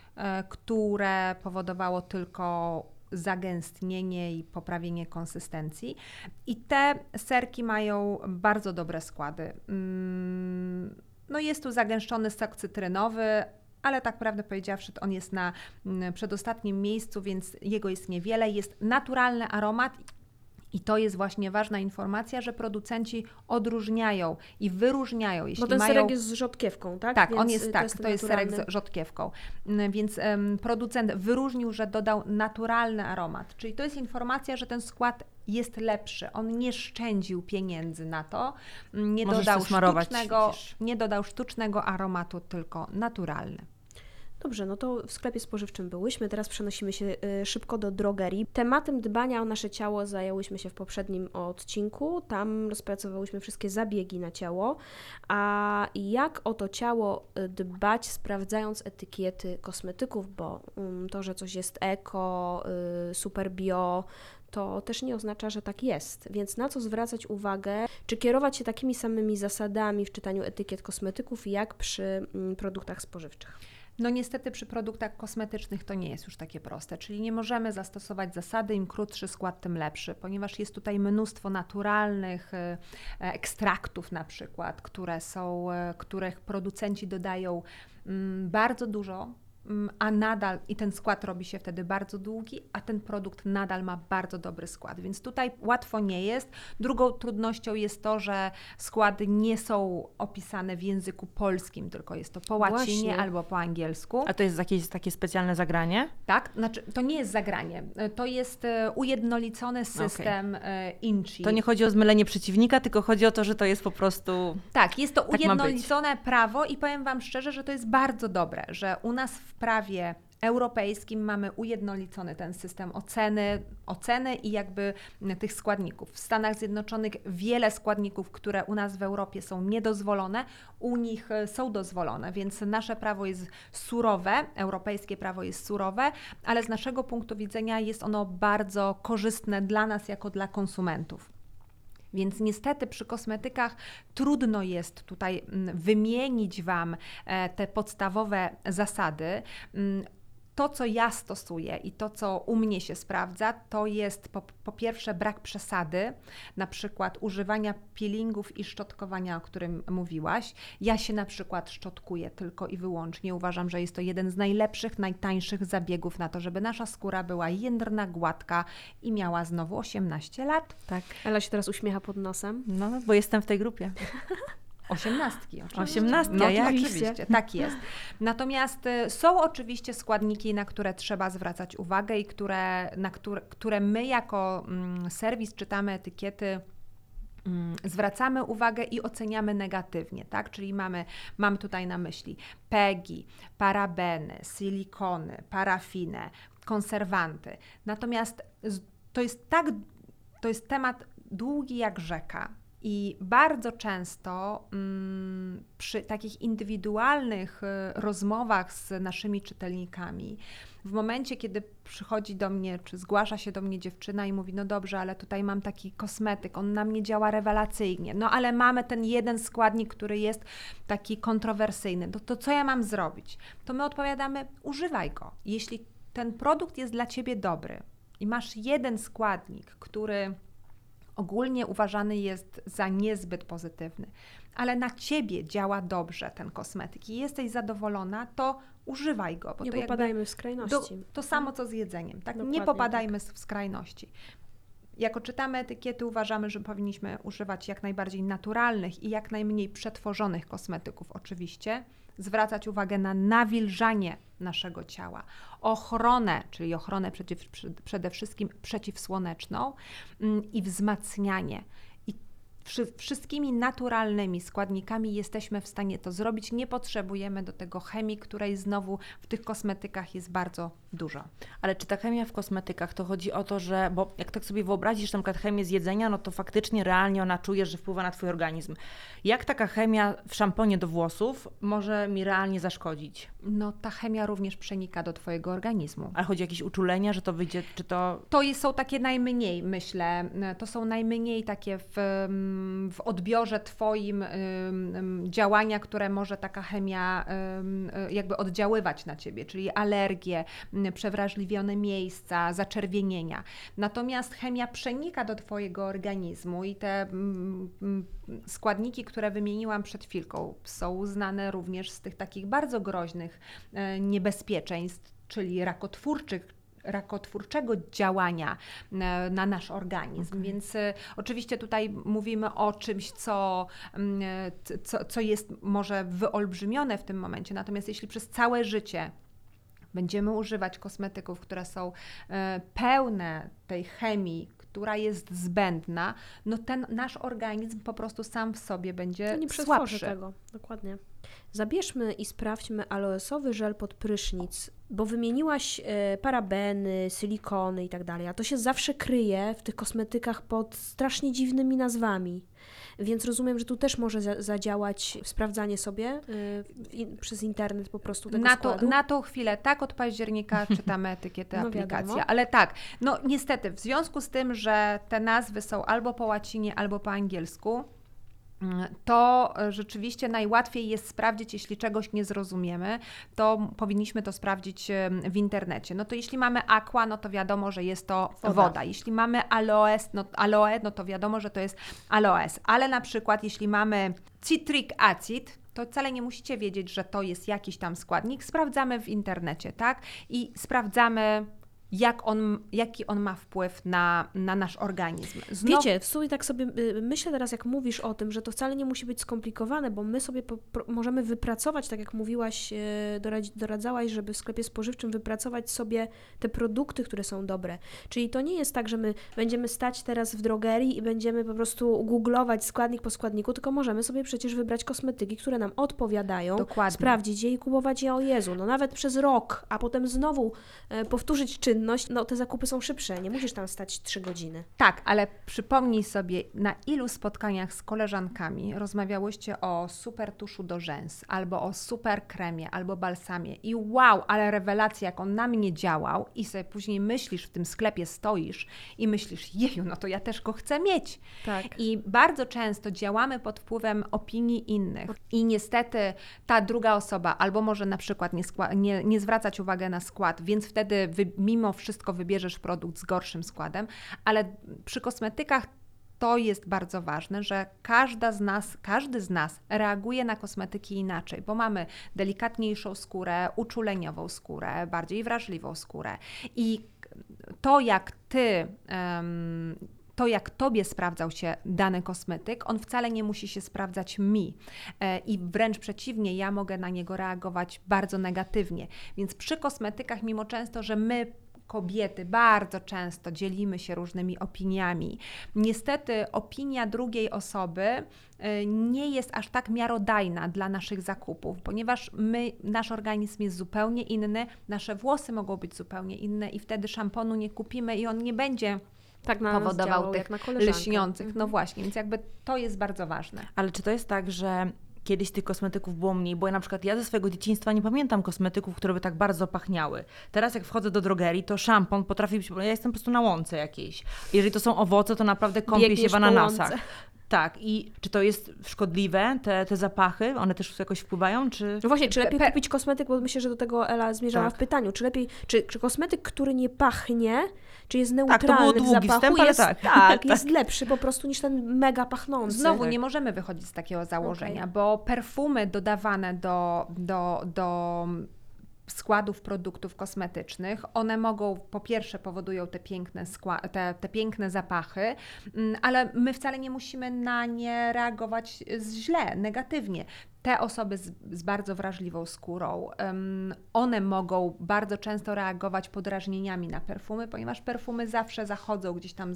które powodowało tylko zagęstnienie i poprawienie konsystencji. I te serki mają bardzo dobre składy. No jest tu zagęszczony sok cytrynowy, ale tak prawdę powiedziawszy, on jest na przedostatnim miejscu, więc jego jest niewiele. Jest naturalny aromat i to jest właśnie ważna informacja, że producenci odróżniają i wyróżniają, jeśli Bo ten mają... serek jest z rzodkiewką, tak? Tak, Więc on jest tak, ten to jest serek naturalny. z rzodkiewką. Więc producent wyróżnił, że dodał naturalny aromat. Czyli to jest informacja, że ten skład jest lepszy. On nie szczędził pieniędzy na to, Możesz to smarować, widzisz. nie dodał sztucznego aromatu, tylko naturalny. Dobrze, no to w sklepie spożywczym byłyśmy, teraz przenosimy się szybko do drogerii. Tematem dbania o nasze ciało zajęłyśmy się w poprzednim odcinku, tam rozpracowałyśmy wszystkie zabiegi na ciało, a jak o to ciało dbać, sprawdzając etykiety kosmetyków, bo to, że coś jest eko, super bio, to też nie oznacza, że tak jest. Więc na co zwracać uwagę? Czy kierować się takimi samymi zasadami w czytaniu etykiet kosmetyków, jak przy produktach spożywczych? No niestety przy produktach kosmetycznych to nie jest już takie proste, czyli nie możemy zastosować zasady im krótszy skład, tym lepszy, ponieważ jest tutaj mnóstwo naturalnych ekstraktów na przykład, których producenci dodają bardzo dużo, a nadal i ten skład robi się wtedy bardzo długi, a ten produkt nadal ma bardzo dobry skład, więc tutaj łatwo nie jest. Drugą trudnością jest to, że składy nie są opisane w języku polskim, tylko jest to po łacinie Właśnie. albo po angielsku. A to jest jakieś takie specjalne zagranie? Tak, znaczy to nie jest zagranie, to jest ujednolicony system INCI. To nie chodzi o zmylenie przeciwnika, tylko chodzi o to, że to jest po prostu... Tak, jest to Tak ma być. ujednolicone prawo i powiem Wam szczerze, że to jest bardzo dobre, że u nas w prawie europejskim mamy ujednolicony ten system oceny i jakby tych składników. W Stanach Zjednoczonych wiele składników, które u nas w Europie są niedozwolone, u nich są dozwolone, więc nasze prawo jest surowe, europejskie prawo jest surowe, ale z naszego punktu widzenia jest ono bardzo korzystne dla nas jako dla konsumentów. Więc niestety przy kosmetykach trudno jest tutaj wymienić Wam te podstawowe zasady. To, co ja stosuję i to, co u mnie się sprawdza, to jest po pierwsze brak przesady, na przykład używania peelingów i szczotkowania, o którym mówiłaś. Ja się na przykład szczotkuję tylko i wyłącznie. Uważam, że jest to jeden z najlepszych, najtańszych zabiegów na to, żeby nasza skóra była jędrna, gładka i miała znowu 18 lat. Tak. Ela się teraz uśmiecha pod nosem. No, bo jestem w tej grupie. Osiemnastki. Oczywiście. 18, No, jak? oczywiście, tak jest. Natomiast są oczywiście składniki, na które trzeba zwracać uwagę i które my jako serwis czytamy etykiety, zwracamy uwagę i oceniamy negatywnie, tak? Czyli mamy tutaj na myśli PEGi, parabeny, silikony, parafinę, konserwanty. Natomiast to jest temat długi jak rzeka. I bardzo często przy takich indywidualnych rozmowach z naszymi czytelnikami, w momencie, kiedy przychodzi do mnie, czy zgłasza się do mnie dziewczyna i mówi, no dobrze, ale tutaj mam taki kosmetyk, on na mnie działa rewelacyjnie, no ale mamy ten jeden składnik, który jest taki kontrowersyjny, to co ja mam zrobić? To my odpowiadamy, używaj go. Jeśli ten produkt jest dla Ciebie dobry i masz jeden składnik, który ogólnie uważany jest za niezbyt pozytywny, ale na Ciebie działa dobrze ten kosmetyk i jesteś zadowolona, to używaj go. Bo nie to popadajmy w skrajności. to samo co z jedzeniem, tak? Dokładnie Nie popadajmy w skrajności. Jako czytamy etykiety, uważamy, że powinniśmy używać jak najbardziej naturalnych i jak najmniej przetworzonych kosmetyków oczywiście, zwracać uwagę na nawilżanie naszego ciała, ochronę, czyli ochronę przede wszystkim przeciwsłoneczną i wzmacnianie. I wszystkimi naturalnymi składnikami jesteśmy w stanie to zrobić. Nie potrzebujemy do tego chemii, której znowu w tych kosmetykach jest bardzo dużo. Ale czy ta chemia w kosmetykach, to chodzi o to, że, bo jak tak sobie wyobrazisz na przykład chemię z jedzenia, no to faktycznie realnie ona czujesz, że wpływa na Twój organizm. Jak taka chemia w szamponie do włosów może mi realnie zaszkodzić? No ta chemia również przenika do Twojego organizmu. Ale chodzi o jakieś uczulenia, że to wyjdzie, czy to... Są takie najmniej, myślę, to są najmniej takie w odbiorze Twoim działania, które może taka chemia jakby oddziaływać na Ciebie, czyli alergie, przewrażliwione miejsca, zaczerwienienia. Natomiast chemia przenika do Twojego organizmu i te składniki, które wymieniłam przed chwilką, są znane również z tych takich bardzo groźnych niebezpieczeństw, czyli rakotwórczego działania na nasz organizm. Więc oczywiście tutaj mówimy o czymś, co jest może wyolbrzymione w tym momencie, natomiast jeśli przez całe życie będziemy używać kosmetyków, które są pełne tej chemii, która jest zbędna, no ten nasz organizm po prostu sam w sobie będzie nie przetworzy słabszy. tego, dokładnie. Zabierzmy i sprawdźmy aloesowy żel pod prysznic, bo wymieniłaś parabeny, silikony i tak dalej, a to się zawsze kryje w tych kosmetykach pod strasznie dziwnymi nazwami. Więc rozumiem, że tu też może zadziałać sprawdzanie sobie przez internet po prostu tego składu. Na tą chwilę, tak, od października czytamy etykietę No aplikacja, wiadomo. ale tak, no niestety, w związku z tym, że te nazwy są albo po łacinie, albo po angielsku, to rzeczywiście najłatwiej jest sprawdzić, jeśli czegoś nie zrozumiemy, to powinniśmy to sprawdzić w internecie. No to jeśli mamy aqua, no to wiadomo, że jest to woda. Jeśli mamy aloe, no to wiadomo, że to jest aloes. Ale na przykład jeśli mamy citric acid, to wcale nie musicie wiedzieć, że to jest jakiś tam składnik. Sprawdzamy w internecie, tak? I sprawdzamy, jaki on ma wpływ na nasz organizm. Wiecie, w sumie tak sobie myślę teraz, jak mówisz o tym, że to wcale nie musi być skomplikowane, bo my sobie możemy wypracować, tak jak mówiłaś, doradzałaś, żeby w sklepie spożywczym wypracować sobie te produkty, które są dobre. Czyli to nie jest tak, że my będziemy stać teraz w drogerii i będziemy po prostu googlować składnik po składniku, tylko możemy sobie przecież wybrać kosmetyki, które nam odpowiadają, Dokładnie. sprawdzić je i kupować je, o Jezu, no nawet przez rok, a potem znowu powtórzyć czynność, no te zakupy są szybsze, nie musisz tam stać 3 godziny. Tak, ale przypomnij sobie, na ilu spotkaniach z koleżankami rozmawiałyście o super tuszu do rzęs, albo o super kremie, albo balsamie i wow, ale rewelacja, jak on na mnie działał i sobie później myślisz, w tym sklepie stoisz i myślisz, jeju, no to ja też go chcę mieć. Tak. I bardzo często działamy pod wpływem opinii innych i niestety ta druga osoba albo może na przykład nie zwracać uwagi na skład, więc wtedy mimo wszystko wybierzesz produkt z gorszym składem, ale przy kosmetykach to jest bardzo ważne, że każdy z nas reaguje na kosmetyki inaczej, bo mamy delikatniejszą skórę, uczuleniową skórę, bardziej wrażliwą skórę i to jak to, jak Tobie sprawdzał się dany kosmetyk, on wcale nie musi się sprawdzać mi. I wręcz przeciwnie, ja mogę na niego reagować bardzo negatywnie. Więc przy kosmetykach, mimo często, że my kobiety bardzo często dzielimy się różnymi opiniami. Niestety opinia drugiej osoby nie jest aż tak miarodajna dla naszych zakupów, ponieważ nasz organizm jest zupełnie inny, nasze włosy mogą być zupełnie inne i wtedy szamponu nie kupimy i on nie będzie Tak na nas powodował działał, tych jak na koleżankę. lśniących. No właśnie, więc jakby to jest bardzo ważne. Ale czy to jest tak, że kiedyś tych kosmetyków było mniej? Bo ja na przykład ze swojego dzieciństwa nie pamiętam kosmetyków, które by tak bardzo pachniały. Teraz jak wchodzę do drogerii, to szampon potrafi być, ja jestem po prostu na łące jakiejś. Jeżeli to są owoce, to naprawdę kąpię się Biegniesz w po ananasach. łące. Tak, i czy to jest szkodliwe, te zapachy? One też jakoś wpływają, czy... No właśnie, czy lepiej kupić kosmetyk, bo myślę, że do tego Ela zmierzała Tak. w pytaniu, czy kosmetyk, który nie pachnie, czy jest to neutralny było w długi zapachu, wstęp, ale jest, tak. jest lepszy po prostu niż ten mega pachnący. Znowu nie możemy wychodzić z takiego założenia, bo perfumy dodawane do składów produktów kosmetycznych, one mogą, po pierwsze powodują te piękne zapachy, ale my wcale nie musimy na nie reagować źle, negatywnie. Te osoby z bardzo wrażliwą skórą, one mogą bardzo często reagować podrażnieniami na perfumy, ponieważ perfumy zawsze zachodzą gdzieś tam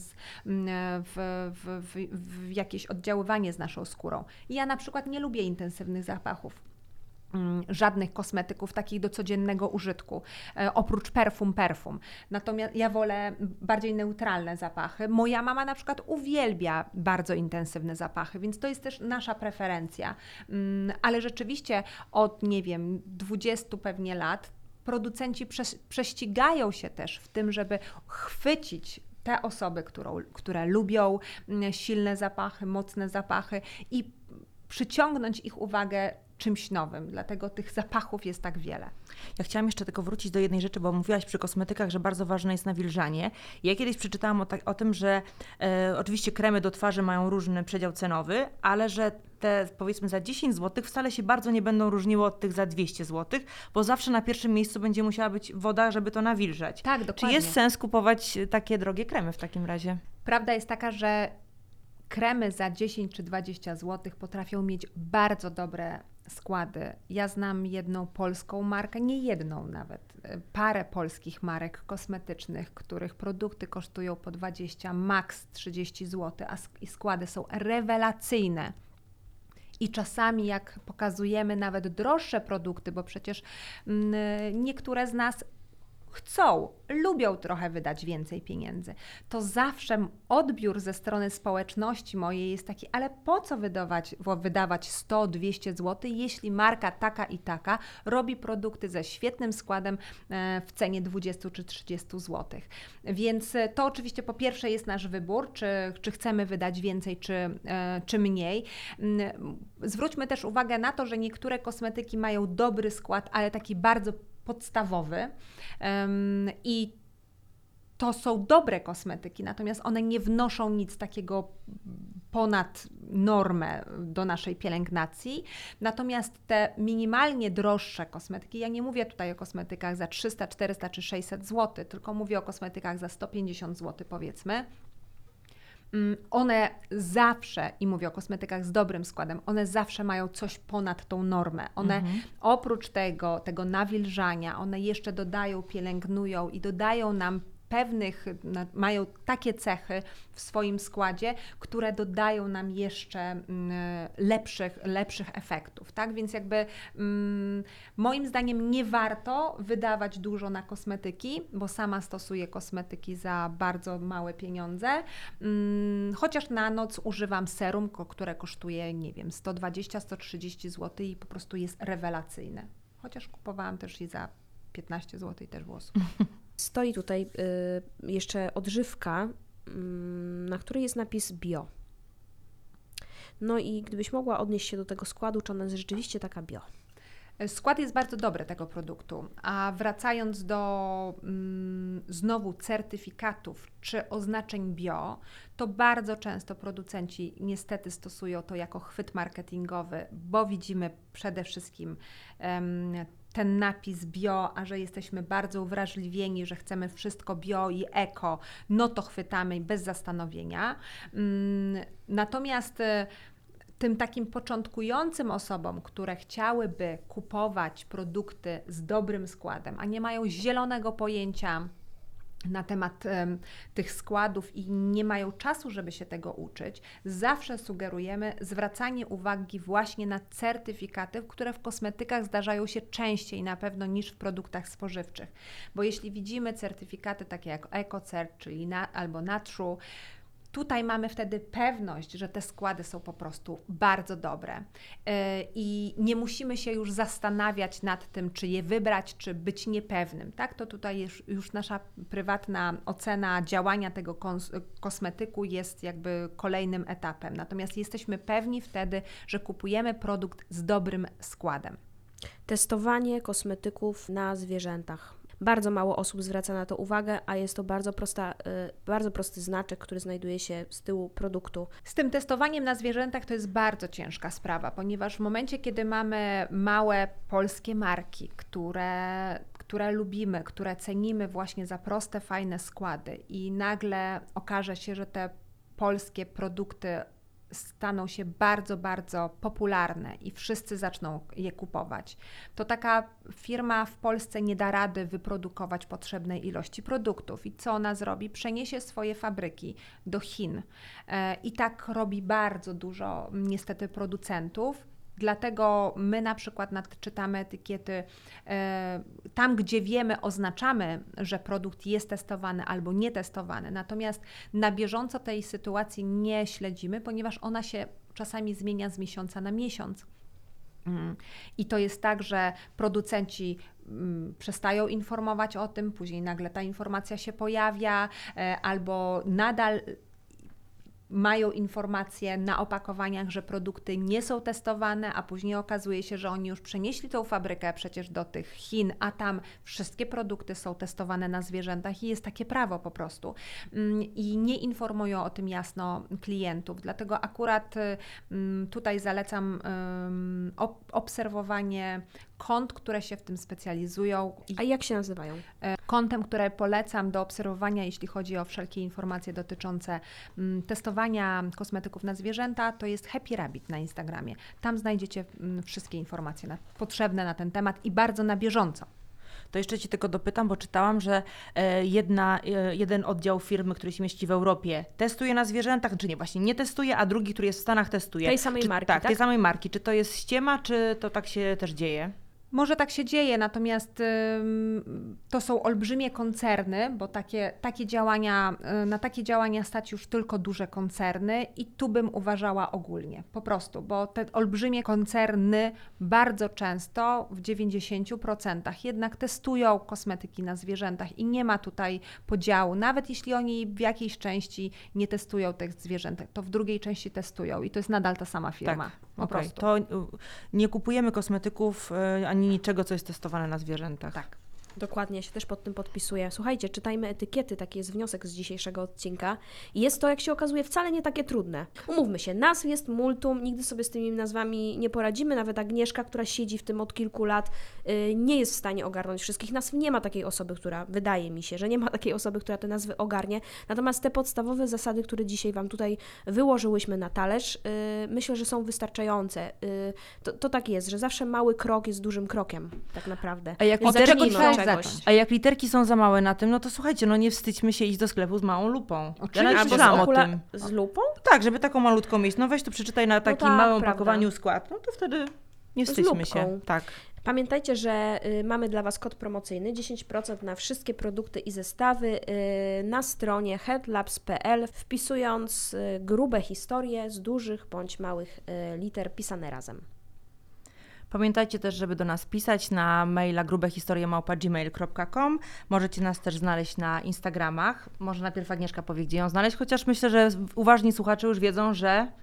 w jakieś oddziaływanie z naszą skórą. I ja na przykład nie lubię intensywnych zapachów. Żadnych kosmetyków takich do codziennego użytku, oprócz perfum. Natomiast ja wolę bardziej neutralne zapachy. Moja mama na przykład uwielbia bardzo intensywne zapachy, więc to jest też nasza preferencja. Ale rzeczywiście od, nie wiem, 20 pewnie lat producenci prześcigają się też w tym, żeby chwycić te osoby, które lubią silne zapachy, mocne zapachy i przyciągnąć ich uwagę czymś nowym, dlatego tych zapachów jest tak wiele. Ja chciałam jeszcze tylko wrócić do jednej rzeczy, bo mówiłaś przy kosmetykach, że bardzo ważne jest nawilżanie. Ja kiedyś przeczytałam o tym, że oczywiście kremy do twarzy mają różny przedział cenowy, ale że te powiedzmy za 10 zł wcale się bardzo nie będą różniły od tych za 200 zł, bo zawsze na pierwszym miejscu będzie musiała być woda, żeby to nawilżać. Tak, dokładnie. Czy jest sens kupować takie drogie kremy w takim razie? Prawda jest taka, że kremy za 10 czy 20 zł potrafią mieć bardzo dobre składy. Ja znam jedną polską markę, nie jedną nawet, parę polskich marek kosmetycznych, których produkty kosztują po 20, maks 30 zł, i składy są rewelacyjne. I czasami jak pokazujemy nawet droższe produkty, bo przecież niektóre z nas lubią trochę wydać więcej pieniędzy, to zawsze odbiór ze strony społeczności mojej jest taki, ale po co wydawać 100-200 zł, jeśli marka taka i taka robi produkty ze świetnym składem w cenie 20 czy 30 zł. Więc to oczywiście po pierwsze jest nasz wybór, czy chcemy wydać więcej, czy mniej. Zwróćmy też uwagę na to, że niektóre kosmetyki mają dobry skład, ale taki bardzo podstawowy i to są dobre kosmetyki, natomiast one nie wnoszą nic takiego ponad normę do naszej pielęgnacji. Natomiast te minimalnie droższe kosmetyki, ja nie mówię tutaj o kosmetykach za 300, 400 czy 600 zł, tylko mówię o kosmetykach za 150 zł powiedzmy. One zawsze, i mówię o kosmetykach z dobrym składem, one zawsze mają coś ponad tą normę. One oprócz tego nawilżania, one jeszcze dodają, pielęgnują i dodają nam mają takie cechy w swoim składzie, które dodają nam jeszcze lepszych efektów, tak? Więc jakby moim zdaniem nie warto wydawać dużo na kosmetyki, bo sama stosuję kosmetyki za bardzo małe pieniądze, chociaż na noc używam serum, które kosztuje, nie wiem, 120-130 zł i po prostu jest rewelacyjne. Chociaż kupowałam też i za 15 zł też włosów. Stoi tutaj jeszcze odżywka, na której jest napis bio. No i gdybyś mogła odnieść się do tego składu, czy ona jest rzeczywiście taka bio? Skład jest bardzo dobry tego produktu, a wracając do znowu certyfikatów czy oznaczeń bio, to bardzo często producenci niestety stosują to jako chwyt marketingowy, bo widzimy przede wszystkim ten napis bio, a że jesteśmy bardzo uwrażliwieni, że chcemy wszystko bio i eko, no to chwytamy bez zastanowienia. Natomiast tym takim początkującym osobom, które chciałyby kupować produkty z dobrym składem, a nie mają zielonego pojęcia na temat tych składów i nie mają czasu, żeby się tego uczyć, zawsze sugerujemy zwracanie uwagi właśnie na certyfikaty, które w kosmetykach zdarzają się częściej na pewno niż w produktach spożywczych. Bo jeśli widzimy certyfikaty takie jak EcoCert, czyli albo Natru, tutaj mamy wtedy pewność, że te składy są po prostu bardzo dobre i nie musimy się już zastanawiać nad tym, czy je wybrać, czy być niepewnym. Tak? To tutaj już nasza prywatna ocena działania tego kosmetyku jest jakby kolejnym etapem. Natomiast jesteśmy pewni wtedy, że kupujemy produkt z dobrym składem. Testowanie kosmetyków na zwierzętach. Bardzo mało osób zwraca na to uwagę, a jest to bardzo prosty znaczek, który znajduje się z tyłu produktu. Z tym testowaniem na zwierzętach to jest bardzo ciężka sprawa, ponieważ w momencie, kiedy mamy małe polskie marki, które lubimy, które cenimy właśnie za proste, fajne składy i nagle okaże się, że te polskie produkty staną się bardzo, bardzo popularne i wszyscy zaczną je kupować, to taka firma w Polsce nie da rady wyprodukować potrzebnej ilości produktów. I co ona zrobi? Przeniesie swoje fabryki do Chin. I tak robi bardzo dużo niestety producentów. Dlatego my na przykład nadczytamy etykiety, tam gdzie wiemy, oznaczamy, że produkt jest testowany albo nietestowany, natomiast na bieżąco tej sytuacji nie śledzimy, ponieważ ona się czasami zmienia z miesiąca na miesiąc. I to jest tak, że producenci przestają informować o tym, później nagle ta informacja się pojawia, albo nadal mają informacje na opakowaniach, że produkty nie są testowane, a później okazuje się, że oni już przenieśli tą fabrykę przecież do tych Chin, a tam wszystkie produkty są testowane na zwierzętach i jest takie prawo po prostu. I nie informują o tym jasno klientów. Dlatego akurat tutaj zalecam obserwowanie kont, które się w tym specjalizują. A jak się nazywają? Kontem, które polecam do obserwowania, jeśli chodzi o wszelkie informacje dotyczące testowania kosmetyków na zwierzęta, to jest Happy Rabbit na Instagramie. Tam znajdziecie wszystkie informacje potrzebne na ten temat i bardzo na bieżąco. To jeszcze Ci tylko dopytam, bo czytałam, że jeden oddział firmy, który się mieści w Europie, testuje na zwierzętach, czy nie, właśnie nie testuje, a drugi, który jest w Stanach, testuje. Tej samej marki, tak? tej samej marki. Czy to jest ściema, czy to tak się też dzieje? Może tak się dzieje, natomiast to są olbrzymie koncerny, bo na takie działania stać już tylko duże koncerny i tu bym uważała ogólnie, po prostu, bo te olbrzymie koncerny bardzo często, w 90% jednak testują kosmetyki na zwierzętach i nie ma tutaj podziału, nawet jeśli oni w jakiejś części nie testują tych zwierzęt, to w drugiej części testują i to jest nadal ta sama firma. Tak, po prostu. To nie kupujemy kosmetyków ani niczego, co jest testowane na zwierzętach. Tak. Dokładnie, ja się też pod tym podpisuję. Słuchajcie, czytajmy etykiety, taki jest wniosek z dzisiejszego odcinka. I jest to, jak się okazuje, wcale nie takie trudne. Umówmy się, nazw jest multum, nigdy sobie z tymi nazwami nie poradzimy. Nawet Agnieszka, która siedzi w tym od kilku lat, nie jest w stanie ogarnąć wszystkich nazw. Nie ma takiej osoby, wydaje mi się, że nie ma takiej osoby, która te nazwy ogarnie. Natomiast te podstawowe zasady, które dzisiaj Wam tutaj wyłożyłyśmy na talerz, myślę, że są wystarczające. To tak jest, że zawsze mały krok jest dużym krokiem, tak naprawdę. A jak A jak literki są za małe na tym, no to słuchajcie, no nie wstydźmy się iść do sklepu z małą lupą. Ja nawet myślałam o tym. Z lupą? Tak, żeby taką malutką mieć. No weź tu przeczytaj na takim małym prawda. opakowaniu skład. No to wtedy nie wstydźmy się. Tak. Pamiętajcie, że mamy dla Was kod promocyjny 10% na wszystkie produkty i zestawy na stronie healthlabs.pl, wpisując grube historie z dużych bądź małych liter pisane razem. Pamiętajcie też, żeby do nas pisać na maila grubehistorie@gmail.com. Możecie nas też znaleźć na Instagramach. Może najpierw Agnieszka powie, gdzie ją znaleźć, chociaż myślę, że uważni słuchacze już wiedzą, że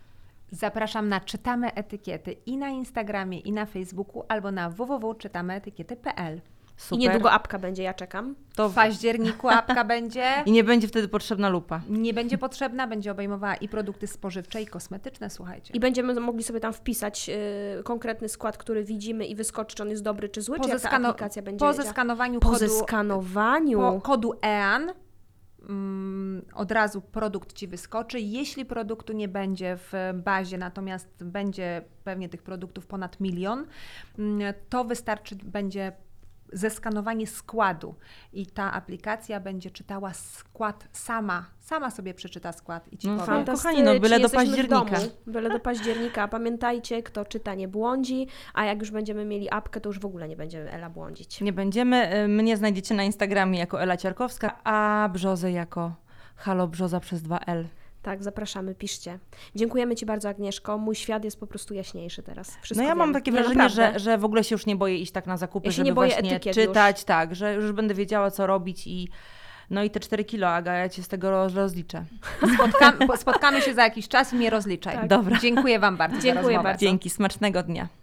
Zapraszam na Czytamy Etykiety i na Instagramie, i na Facebooku, albo na www.czytamyetykiety.pl. Super. I niedługo apka będzie, ja czekam. To W październiku apka będzie. I nie będzie wtedy potrzebna lupa. Nie będzie potrzebna, będzie obejmowała i produkty spożywcze, i kosmetyczne, słuchajcie. I będziemy mogli sobie tam wpisać konkretny skład, który widzimy i wyskoczy, czy on jest dobry, czy zły, czy jak ta aplikacja będzie po wiedziała? zeskanowaniu Po kodu, zeskanowaniu. kodu EAN od razu produkt Ci wyskoczy. Jeśli produktu nie będzie w bazie, natomiast będzie pewnie tych produktów ponad 1 000 000, to wystarczy będzie zeskanowanie składu i ta aplikacja będzie czytała skład sama sobie przeczyta skład i Ci powie. Kochani, no byle do Jesteśmy października. W domu, byle do października. Pamiętajcie, kto czyta, nie błądzi, a jak już będziemy mieli apkę, to już w ogóle nie będziemy Ela błądzić. Nie będziemy. Mnie znajdziecie na Instagramie jako Ela Ciarkowska, a Brzozę jako Halo Brzoza przez 2L. Tak, zapraszamy, piszcie. Dziękujemy Ci bardzo, Agnieszko. Mój świat jest po prostu jaśniejszy teraz. Wszystko No ja mam wiem. takie Nie, wrażenie, naprawdę. że w ogóle się już nie boję iść tak na zakupy, Ja się żeby nie boję właśnie etykiet czytać, tak, że już będę wiedziała, co robić i no i te 4 kilo, Aga, ja Cię z tego rozliczę. Spotkamy się za jakiś czas i mnie rozliczaj. Tak. Dobra. Dziękuję Wam bardzo za Dziękuję rozmowę. bardzo. Dzięki, smacznego dnia.